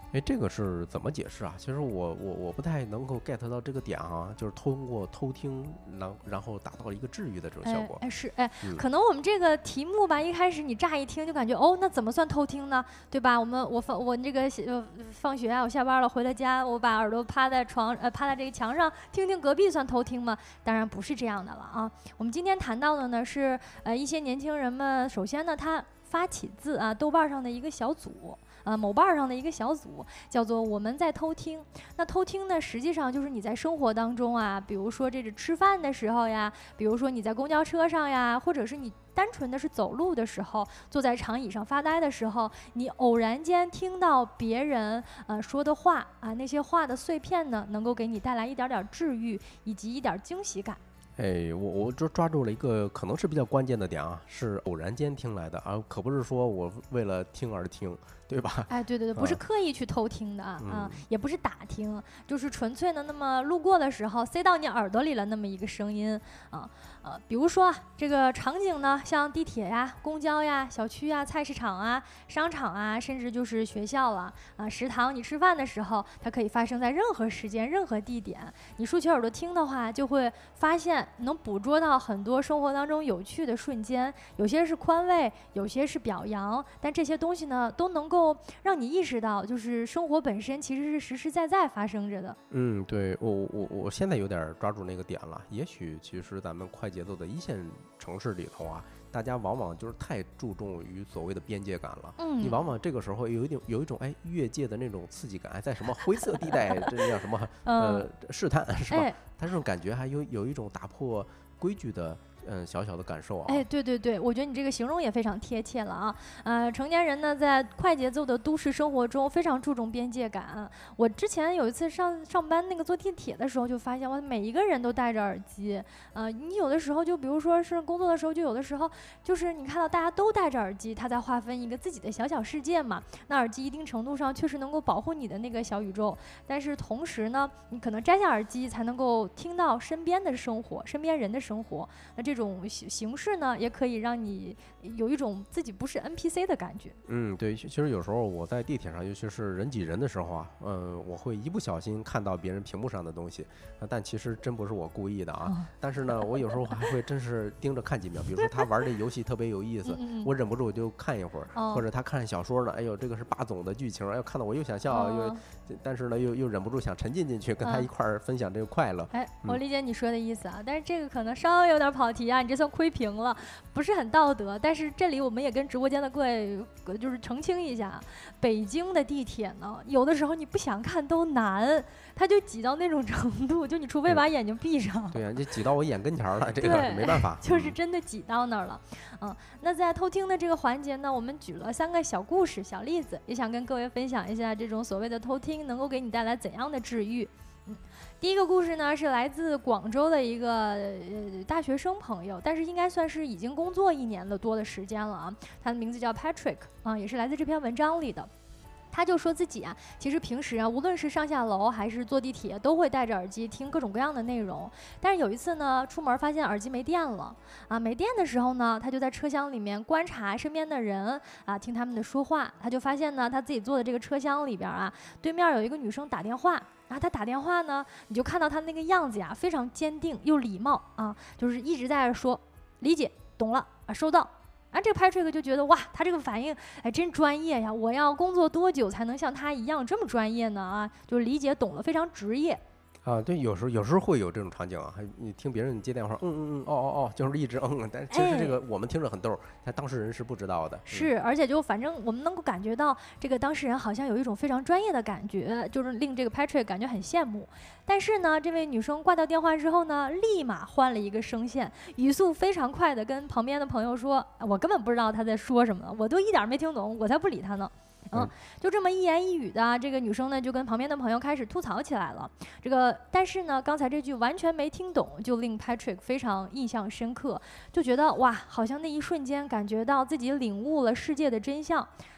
哎，这个是怎么解释啊？其实我我我不太能够 get 到这个点啊，就是通过偷听，然然后达到一个治愈的这种效果。 哎，哎是哎、 嗯可能我们这个题目吧，一开始你乍一听就感觉哦，那怎么算偷听呢？对吧？我们我放我这个呃放学啊，我下班了回到家，我把耳朵趴在床呃趴在这个墙上听听隔壁算偷听吗？当然不是这样的了啊。我们今天谈到的呢是呃一些年轻人们，首先呢他发起自啊豆瓣上的一个小组。呃，某瓣上的一个小组叫做“我们在偷听”。那偷听呢，实际上就是你在生活当中啊，比如说这个吃饭的时候呀，比如说你在公交车上呀，或者是你单纯的是走路的时候，坐在长椅上发呆的时候，你偶然间听到别人呃说的话啊，那些话的碎片呢，能够给你带来一点点治愈以及一点惊喜感。 哎，我我抓抓住了一个可能是比较关键的点啊，是偶然间听来的，而可不是说我为了听而听，对吧？ 哎，对对对，不是啊刻意去偷听的啊， 嗯啊也不是打听，就是纯粹的那么路过的时候塞到你耳朵里了那么一个声音啊。呃，比如说啊这个场景呢，像地铁呀、公交呀、小区啊、菜市场啊、商场啊，甚至就是学校了啊、食堂，你吃饭的时候，它可以发生在任何时间、任何地点。你竖起耳朵听的话，就会发现能捕捉到很多生活当中有趣的瞬间，有些是宽慰，有些是表扬，但这些东西呢，都能够让你意识到，就是生活本身其实是实实在在发生着的。 嗯，对我我我现在有点抓住那个点了。也许其实咱们快节奏的一线城市里头啊，大家往往就是太注重于所谓的边界感了。 嗯， 你往往这个时候有一点有一种哎越界的那种刺激感，哎在什么灰色地带，这叫什么呃嗯试探是吧？ 哎它这种感觉还有有一种打破规矩的嗯小小的感受啊。 哎，对对对，我觉得你这个形容也非常贴切了啊。呃，成年人呢，在快节奏的都市生活中，非常注重边界感。我之前有一次上上班那个坐地铁的时候，就发现哇，每一个人都戴着耳机。呃，你有的时候就比如说是工作的时候，就有的时候就是你看到大家都戴着耳机，他在划分一个自己的小小世界嘛。那耳机一定程度上确实能够保护你的那个小宇宙，但是同时呢，你可能摘下耳机才能够听到身边的生活，身边人的生活。那这种形形式呢，也可以让你有一种自己不是 N P C 的感觉。 嗯，对，其实有时候我在地铁上，尤其是人挤人的时候啊，嗯，我会一不小心看到别人屏幕上的东西，呃但其实真不是我故意的啊。 哦但是呢，我有时候还会真是盯着看几秒，比如说他玩这游戏特别有意思， 嗯嗯我忍不住我就看一会儿， 哦或者他看小说呢，哎呦，这个是霸总的剧情，哎呦，看到我又想笑，又哦但是呢又又忍不住想沉浸进去，跟他嗯一块儿分享这个快乐。 哎，我嗯理解你说的意思啊，但是这个可能稍微有点跑题啊，你这算窥屏了，不是很道德。但是这里我们也跟直播间的各位呃就是澄清一下，北京的地铁呢，有的时候你不想看都难，它就挤到那种程度，就你除非嗯把眼睛闭上。 对呀、你挤到我眼跟前儿了，这个对没办法。 就是嗯真的挤到那儿了，嗯，那在偷听的这个环节呢，我们举了三个小故事、小例子，也想跟各位分享一下这种所谓的偷听能够给你带来怎样的治愈。嗯，第一个故事呢是来自广州的一个呃大学生朋友，但是应该算是已经工作一年了多的时间了啊，他的名字叫 Patrick 啊，也是来自这篇文章里的。他就说自己啊，其实平时啊，无论是上下楼还是坐地铁，都会戴着耳机听各种各样的内容。但是有一次呢，出门发现耳机没电了啊，没电的时候呢，他就在车厢里面观察身边的人啊，听他们的说话。他就发现呢，他自己坐的这个车厢里边啊，对面有一个女生打电话。然后他打电话呢，你就看到他那个样子呀，非常坚定又礼貌啊，就是一直在说理解、懂了啊，收到。啊，这个 Patrick 就觉得哇，他这个反应哎真专业呀！我要工作多久才能像他一样这么专业呢？啊，就是理解懂了，非常职业。 啊，对，有时候有时候会有这种场景啊，还你听别人接电话，嗯嗯嗯，哦哦哦，就是一直嗯，但是其实这个我们听着很逗，但当事人是不知道的。嗯是，而且就反正我们能够感觉到这个当事人好像有一种非常专业的感觉，就是令这个 Patrick 感觉很羡慕。但是呢，这位女生挂掉电话之后呢，立马换了一个声线，语速非常快的跟旁边的朋友说：“我根本不知道他在说什么，我都一点没听懂，我才不理他呢。”嗯，就这么一言一语的，这个女生呢就跟旁边的朋友开始吐槽起来了。这个，但是呢，刚才这句完全没听懂，就令 Patrick 非常印象深刻，就觉得哇，好像那一瞬间感觉到自己领悟了世界的真相。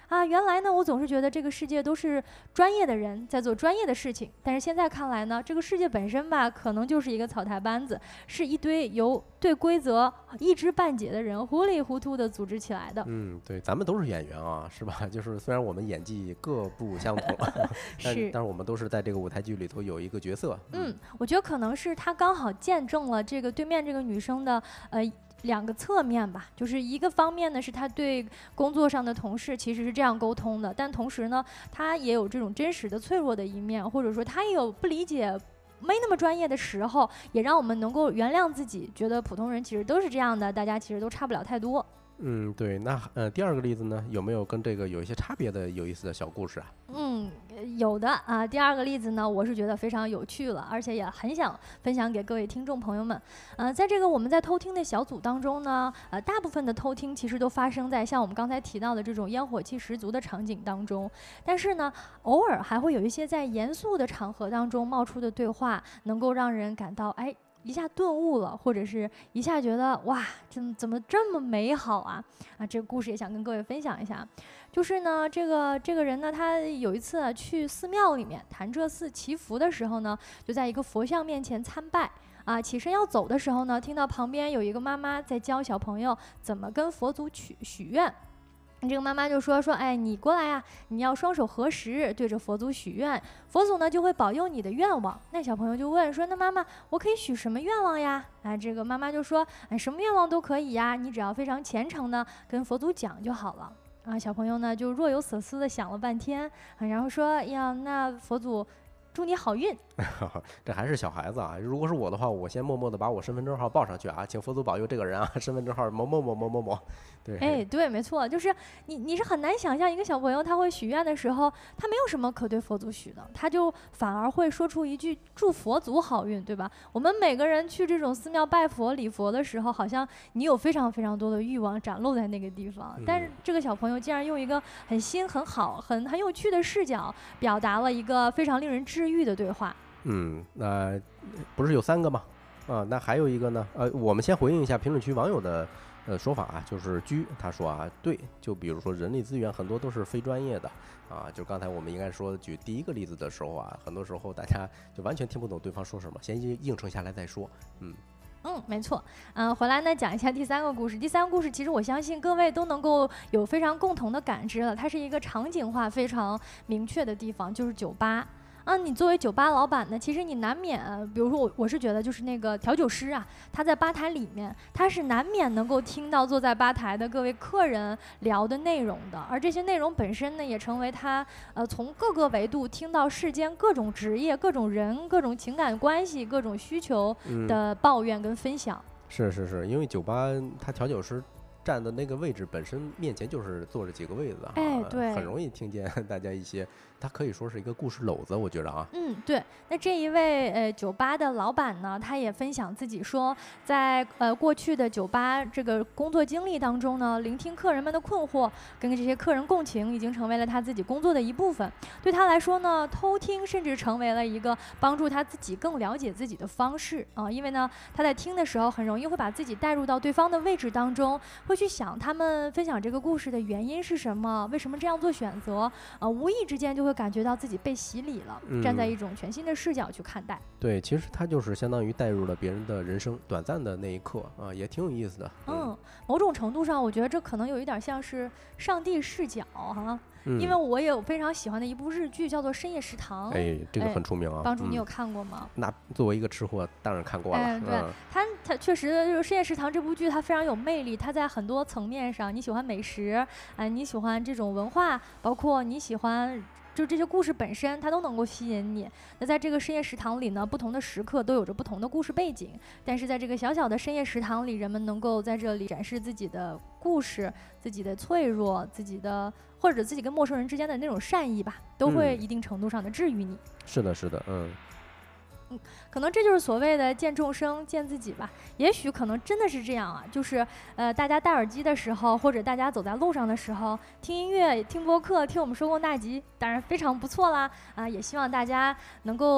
啊，原来呢我总是觉得这个世界都是专业的人在做专业的事情，但是现在看来呢，这个世界本身吧，可能就是一个草台班子，是一堆由对规则一知半解的人糊里糊涂的组织起来的。 嗯，对，咱们都是演员啊，是吧？就是虽然我们演技各不相同，但是， 但是我们都是在这个舞台剧里头有一个角色。 嗯，我觉得可能是他刚好见证了这个对面这个女生的呃两个侧面吧，就是一个方面呢是他对工作上的同事其实是这样沟通的，但同时呢他也有这种真实的脆弱的一面，或者说他也有不理解没那么专业的时候，也让我们能够原谅自己，觉得普通人其实都是这样的，大家其实都差不了太多。 嗯，对，那呃，第二个例子呢，有没有跟这个有一些差别的有意思的小故事啊？ 嗯，有的啊。第二个例子呢，我是觉得非常有趣了，而且也很想分享给各位听众朋友们。呃，在这个我们在偷听的小组当中呢，呃，大部分的偷听其实都发生在像我们刚才提到的这种烟火气十足的场景当中，但是呢，偶尔还会有一些在严肃的场合当中冒出的对话，能够让人感到哎。一下顿悟了，或者是一下觉得哇，怎么怎么这么美好啊啊！这个故事也想跟各位分享一下，就是呢，这个这个人呢，他有一次、啊、去寺庙里面潭柘寺祈福的时候呢，就在一个佛像面前参拜啊，起身要走的时候呢，听到旁边有一个妈妈在教小朋友怎么跟佛祖许许愿。这个妈妈就说说，哎，你过来呀，你要双手合十，对着佛祖许愿，佛祖呢就会保佑你的愿望。那小朋友就问说，那妈妈，我可以许什么愿望呀？哎，这个妈妈就说，哎，什么愿望都可以呀，你只要非常虔诚的跟佛祖讲就好了。啊，小朋友呢就若有所思的想了半天，啊、然后说呀，那佛祖祝你好运。 这还是小孩子啊！如果是我的话，我先默默的把我身份证号报上去啊，请佛祖保佑这个人啊，身份证号某某某某某某。对， 哎，对，没错，就是你，你是很难想象一个小朋友他会许愿的时候，他没有什么可对佛祖许的，他就反而会说出一句祝佛祖好运，对吧？我们每个人去这种寺庙拜佛礼佛的时候，好像你有非常非常多的欲望展露在那个地方，但是这个小朋友竟然用一个很新、很好、很很有趣的视角，表达了一个非常令人治愈的对话。 嗯，那不是有三个吗？啊，那还有一个呢？呃，我们先回应一下评论区网友的呃说法啊，就是居他说啊，对，就比如说人力资源很多都是非专业的啊，就刚才我们应该说举第一个例子的时候啊，很多时候大家就完全听不懂对方说什么，先应承下来再说。嗯嗯，没错。嗯、呃，回来呢讲一下第三个故事。第三个故事其实我相信各位都能够有非常共同的感知了，它是一个场景化非常明确的地方，就是酒吧。啊，你作为酒吧老板呢，其实你难免，比如说我，我是觉得就是那个调酒师啊，他在吧台里面，他是难免能够听到坐在吧台的各位客人聊的内容的，而这些内容本身呢，也成为他呃从各个维度听到世间各种职业、各种人、各种情感关系、各种需求的抱怨跟分享。 嗯、是是是，因为酒吧他调酒师站的那个位置本身面前就是坐着几个位子啊， 哎，对， 很容易听见大家一些，它可以说是一个故事篓子，我觉得啊。 嗯，对。那这一位呃酒吧的老板呢，他也分享自己说，在呃过去的酒吧这个工作经历当中呢，聆听客人们的困惑，跟这些客人共情，已经成为了他自己工作的一部分。对他来说呢，偷听甚至成为了一个帮助他自己更了解自己的方式啊，因为呢他在听的时候很容易会把自己带入到对方的位置当中，会去想他们分享这个故事的原因是什么，为什么这样做选择啊，无意之间就会感觉到自己被洗礼了， 嗯、 站在一种全新的视角去看待。 对，其实他就是相当于带入了别人的人生短暂的那一刻啊，也挺有意思的。 嗯，嗯某种程度上，我觉得这可能有一点像是上帝视角哈。嗯、因为我也有非常喜欢的一部日剧，叫做《深夜食堂》。 哎，这个很出名啊。 帮主，你有看过吗？ 嗯、那作为一个吃货，当然看过了。 哎，对， 嗯、 它它确实就是《深夜食堂》这部剧，它非常有魅力。它在很多层面上，你喜欢美食，哎、呃，你喜欢这种文化，包括你喜欢。就这些故事本身，它都能够吸引你。那在这个深夜食堂里呢，不同的时刻都有着不同的故事背景，但是在这个小小的深夜食堂里，人们能够在这里展示自己的故事、自己的脆弱、自己的或者自己跟陌生人之间的那种善意吧，都会一定程度上的治愈你。 嗯、是的，是的，嗯。 嗯，可能这就是所谓的见众生见自己吧。也许可能真的是这样啊，就是呃，大家戴耳机的时候，或者大家走在路上的时候，听音乐、听播客、听我们说过那集，当然非常不错啦啊！也希望大家能够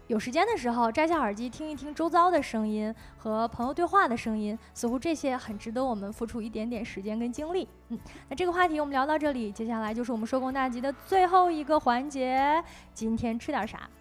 有时间的时候摘下耳机听一听周遭的声音和朋友对话的声音，似乎这些很值得我们付出一点点时间跟精力。嗯，那这个话题我们聊到这里，接下来就是我们收工大吉的最后一个环节，今天吃点啥？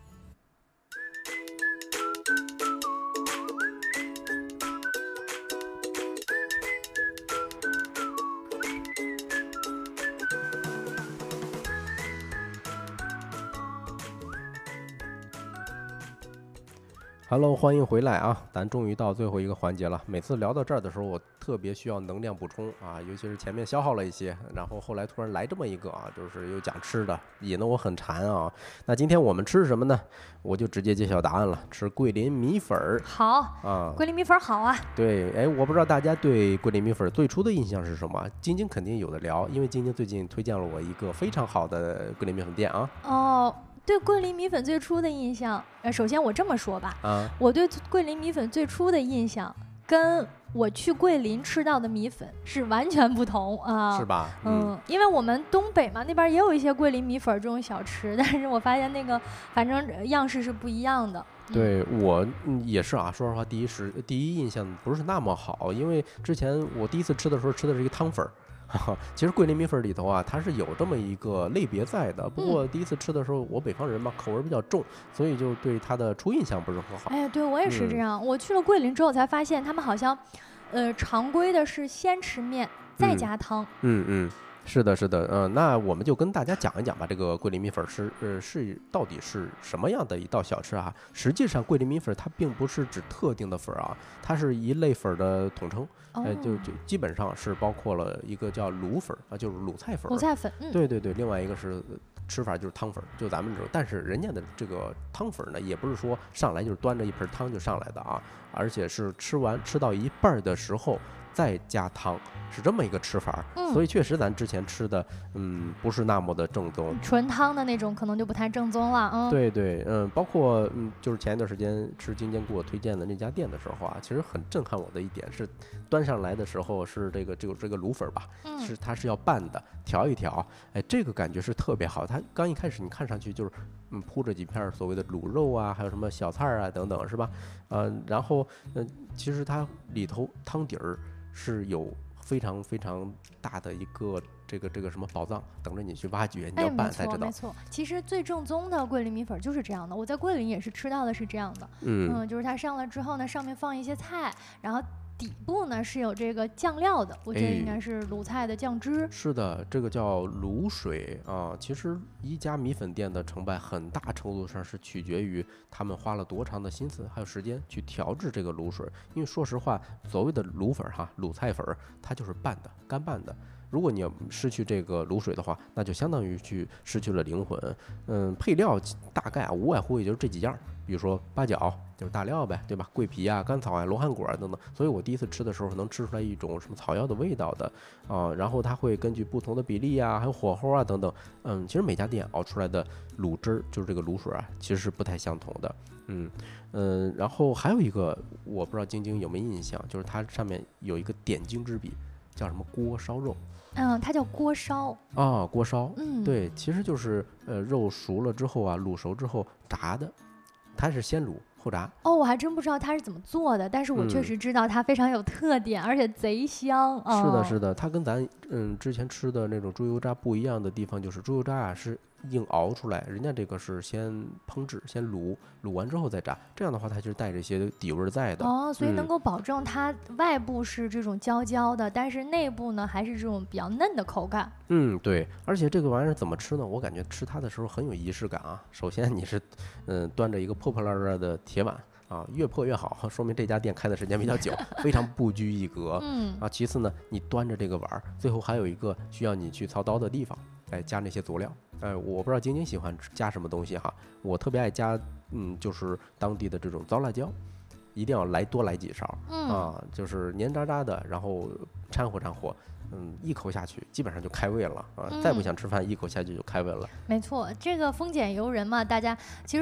Hello， 欢迎回来啊！咱终于到最后一个环节了。每次聊到这儿的时候，我特别需要能量补充啊，尤其是前面消耗了一些，然后后来突然来这么一个啊，就是又讲吃的，引得我很馋啊。那今天我们吃什么呢？我就直接揭晓答案了，吃桂林米粉儿。 好啊， 桂林米粉好啊。 对，哎，我不知道大家对桂林米粉最初的印象是什么？晶晶肯定有的聊，因为晶晶最近推荐了我一个非常好的桂林米粉店啊。 哦。对桂林米粉最初的印象，呃，首先我这么说吧， 啊， 我对桂林米粉最初的印象，跟我去桂林吃到的米粉是完全不同啊， 是吧？ 嗯，嗯因为我们东北嘛，那边也有一些桂林米粉这种小吃，但是我发现那个反正样式是不一样的。 对我也是啊，说实话，第一时第一印象不是那么好，因为之前我第一次吃的时候吃的是一个汤粉儿。其实桂林米粉里头啊，它是有这么一个类别在的。不过第一次吃的时候，我北方人嘛，口味比较重，所以就对它的初印象不是很好。 哎，对我也是这样。嗯、我去了桂林之后才发现，他们好像，呃，常规的是先吃面再加汤。 嗯嗯。嗯是的，是的，嗯、呃，那我们就跟大家讲一讲吧，这个桂林米粉是呃是到底是什么样的一道小吃啊？实际上，桂林米粉它并不是指特定的粉啊，它是一类粉的统称， 哦、 呃，就就基本上是包括了一个叫卤粉啊，就是卤菜粉， 卤菜粉，嗯， 对对对，另外一个是吃法就是汤粉，就咱们这种，但是人家的这个汤粉呢，也不是说上来就是端着一盆汤就上来的啊，而且是吃完吃到一半的时候。再加汤是这么一个吃法， 嗯、 所以确实咱之前吃的，嗯，不是那么的正宗， 纯汤的那种可能就不太正宗了，嗯， 对对，嗯，包括嗯，就是前一段时间吃金坚给我推荐的那家店的时候啊，其实很震撼我的一点是，端上来的时候是这个这个这个卤粉吧， 嗯、 是它是要拌的，调一调，哎，这个感觉是特别好。它刚一开始你看上去就是嗯铺着几片所谓的卤肉啊，还有什么小菜啊等等，是吧？嗯、呃，然后嗯、呃，其实它里头汤底儿。是有非常非常大的一个这个这个什么宝藏等着你去挖掘，你要拌才知道。 没错，其实最正宗的桂林米粉就是这样的。我在桂林也是吃到的是这样的， 嗯, 嗯，就是它上了之后呢，上面放一些菜，然后底部呢是有这个酱料的，我觉得应该是卤菜的酱汁。 哎、是的，这个叫卤水啊。其实一家米粉店的成败很大程度上是取决于他们花了多长的心思还有时间去调制这个卤水。因为说实话，所谓的卤粉哈，卤菜粉它就是拌的，干拌的。如果你要失去这个卤水的话，那就相当于去失去了灵魂。嗯，配料大概啊无外乎也就是这几样。比如说八角就是大料呗，对吧？桂皮啊、甘草啊、罗汉果啊等等。所以我第一次吃的时候能吃出来一种什么草药的味道的啊、呃。然后它会根据不同的比例啊，还有火候啊等等，嗯，其实每家店熬出来的卤汁儿就是这个卤水啊，其实是不太相同的。嗯嗯、呃，然后还有一个我不知道晶晶有没有印象，就是它上面有一个点睛之笔，叫什么锅烧肉。 嗯，它叫锅烧啊，锅烧。 嗯， 对，其实就是呃肉熟了之后啊，卤熟之后炸的。它是先卤后炸哦，我还真不知道它是怎么做的，但是我确实知道它非常有特点，嗯、而且贼香。哦、 是的，是的，它跟咱嗯之前吃的那种猪油渣不一样的地方，就是猪油渣啊是硬熬出来，人家这个是先烹制，先卤，卤完之后再炸，这样的话它就是带着一些底味在的。 哦，所以能够保证它外部是这种焦焦的，嗯、但是内部呢还是这种比较嫩的口感。 嗯，对，而且这个玩意儿怎么吃呢？我感觉吃它的时候很有仪式感啊。首先你是嗯端着一个破破烂烂的铁碗。啊，越破越好，说明这家店开的时间比较久，非常不拘一格。 嗯啊，其次呢，你端着这个碗，最后还有一个需要你去操刀的地方，哎，加那些佐料。哎，我不知道晶晶喜欢加什么东西哈，我特别爱加，嗯，就是当地的这种糟辣椒，一定要来多来几勺。 嗯啊，就是黏渣渣的，然后掺和掺和。嗯，一口下去基本上就开胃了啊！ 嗯、 再不想吃饭，一口下去就开胃了。 没错，这个丰俭由人嘛，大家其实。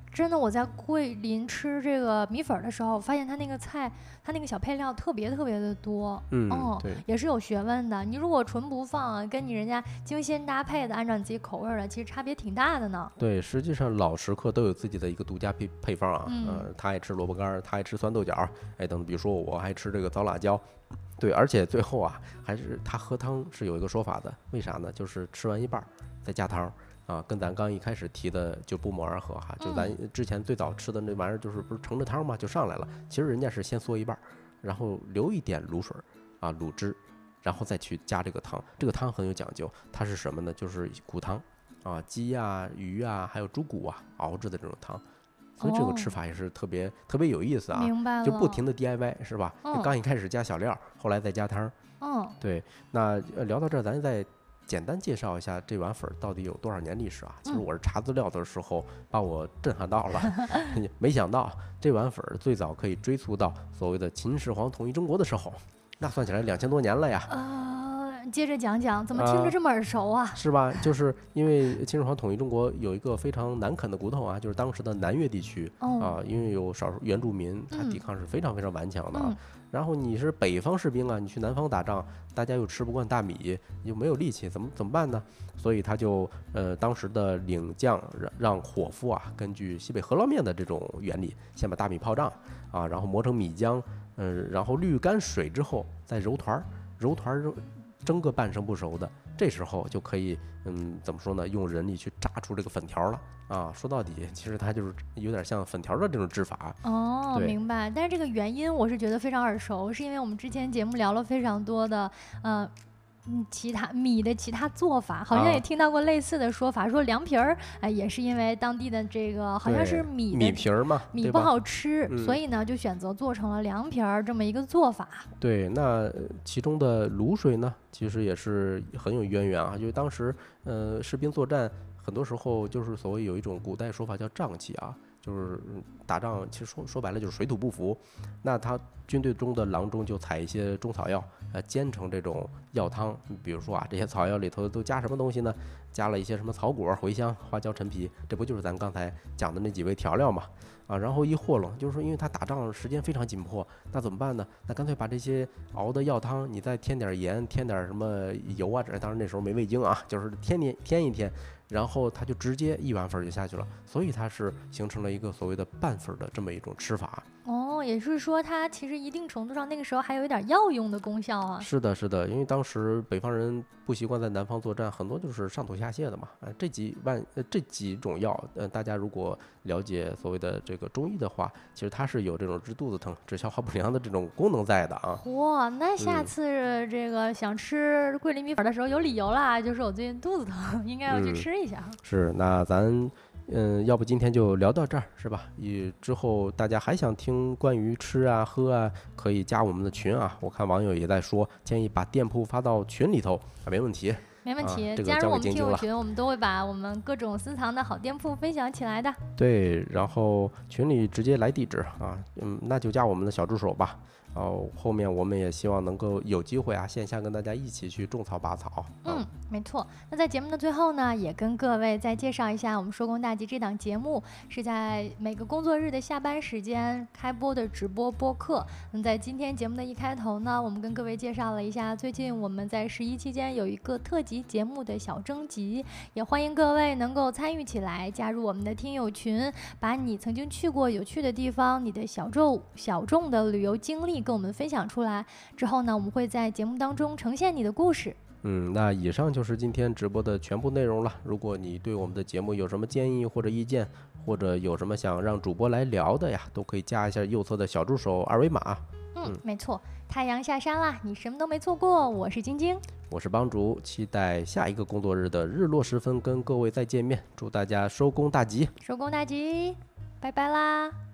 真的，我在桂林吃这个米粉的时候，发现它那个菜，它那个小配料特别特别的多， 嗯， 哦， 对， 也是有学问的。你如果纯不放，跟你人家精心搭配的，按照你自己口味的，其实差别挺大的呢。 对，实际上老食客都有自己的一个独家配配方啊， 嗯呃，他爱吃萝卜干儿，他爱吃酸豆角，哎，等，比如说我爱吃这个糟辣椒，对，而且最后啊，还是他喝汤是有一个说法的，为啥呢？就是吃完一半儿再加汤。啊，跟咱刚一开始提的就不谋而合哈，就咱之前最早吃的那玩意儿，就是不是盛着汤嘛，就上来了。其实人家是先嗦一半，然后留一点卤水啊，卤汁，然后再去加这个汤。这个汤很有讲究，它是什么呢？就是骨汤啊，鸡啊、鱼啊，还有猪骨啊熬制的这种汤。所以这个吃法也是特别、哦、特别有意思啊， 明白了， 就不停的 D I Y 是吧？ 嗯、 刚一开始加小料，后来再加汤。 嗯， 对。那聊到这儿，咱再简单介绍一下这碗粉到底有多少年历史啊？其实我是查资料的时候把我震撼到了，嗯、没想到这碗粉最早可以追溯到所谓的秦始皇统一中国的时候，那算起来两千多年了呀。 呃，接着讲讲，怎么听着这么耳熟啊？ 呃、是吧？就是因为秦始皇统一中国有一个非常难啃的骨头啊，就是当时的南越地区、哦、啊，因为有少数原住民，他抵抗是非常非常顽强的啊。嗯然后你是北方士兵啊，你去南方打仗，大家又吃不惯大米，又没有力气，怎么怎么办呢？所以他就呃，当时的领将让让伙夫啊，根据西北饸饹面的这种原理，先把大米泡胀啊，然后磨成米浆，嗯、呃，然后滤干水之后再揉团儿，揉团儿蒸个半生不熟的，这时候就可以嗯，怎么说呢？用人力去炸出这个粉条了。啊，说到底，其实它就是有点像粉条的这种制法。 哦，明白。但是这个原因我是觉得非常耳熟，是因为我们之前节目聊了非常多的，呃，嗯，其他米的其他做法，好像也听到过类似的说法，啊、说凉皮儿，哎、呃，也是因为当地的这个好像是米米皮儿嘛， 米不好吃， 嗯、 所以呢就选择做成了凉皮儿这么一个做法。 对，那其中的卤水呢，其实也是很有渊源啊，因为当时呃士兵作战。很多时候就是所谓有一种古代说法叫瘴气啊，就是打仗其实说说白了就是水土不服，那他军队中的郎中就采一些中草药，呃煎成这种药汤，比如说啊这些草药里头都加什么东西呢？加了一些什么草果、茴香、花椒、陈皮，这不就是咱刚才讲的那几味调料嘛？啊，然后一和拢，就是说因为他打仗时间非常紧迫，那怎么办呢？那干脆把这些熬的药汤，你再添点盐，添点什么油啊？这当然那时候没味精啊，就是添添添一添。然后它就直接一碗粉就下去了，所以它是形成了一个所谓的拌粉的这么一种吃法。 哦，也就是说它其实一定程度上那个时候还有一点药用的功效啊。 是的，是的，因为当时北方人不习惯在南方作战，很多就是上吐下泻的嘛。呃、这几万呃这几种药，呃，大家如果了解所谓的这个中医的话，其实它是有这种治肚子疼、治消化不良的这种功能在的啊。 哇，那下次这个想吃桂林米粉的时候有理由啦，就是我最近肚子疼，应该要去吃一下。嗯、 是，那咱。嗯，要不今天就聊到这儿，是吧？以之后大家还想听关于吃啊、喝啊，可以加我们的群啊。我看网友也在说，建议把店铺发到群里头啊，没问题， 没问题。 啊这个、 加入我们听友群，我们都会把我们各种私藏的好店铺分享起来的。 对，然后群里直接来地址啊，嗯，那就加我们的小助手吧。哦，后面我们也希望能够有机会啊，线下跟大家一起去种草拔草。 嗯，嗯没错。那在节目的最后呢，也跟各位再介绍一下，我们收工大吉这档节目是在每个工作日的下班时间开播的直播播客。那在今天节目的一开头呢，我们跟各位介绍了一下最近我们在十一期间有一个特辑节目的小征集，也欢迎各位能够参与起来，加入我们的听友群，把你曾经去过有趣的地方，你的小众小众的旅游经历跟我们分享出来。之后呢，我们会在节目当中呈现你的故事。 嗯，那以上就是今天直播的全部内容了。如果你对我们的节目有什么建议或者意见，或者有什么想让主播来聊的呀，都可以加一下右侧的小助手二维码。 嗯，嗯没错，太阳下山啦，你什么都没错过。我是晶晶， 我是帮主，期待下一个工作日的日落时分跟各位再见面。祝大家收工大吉， 收工大吉，拜拜啦。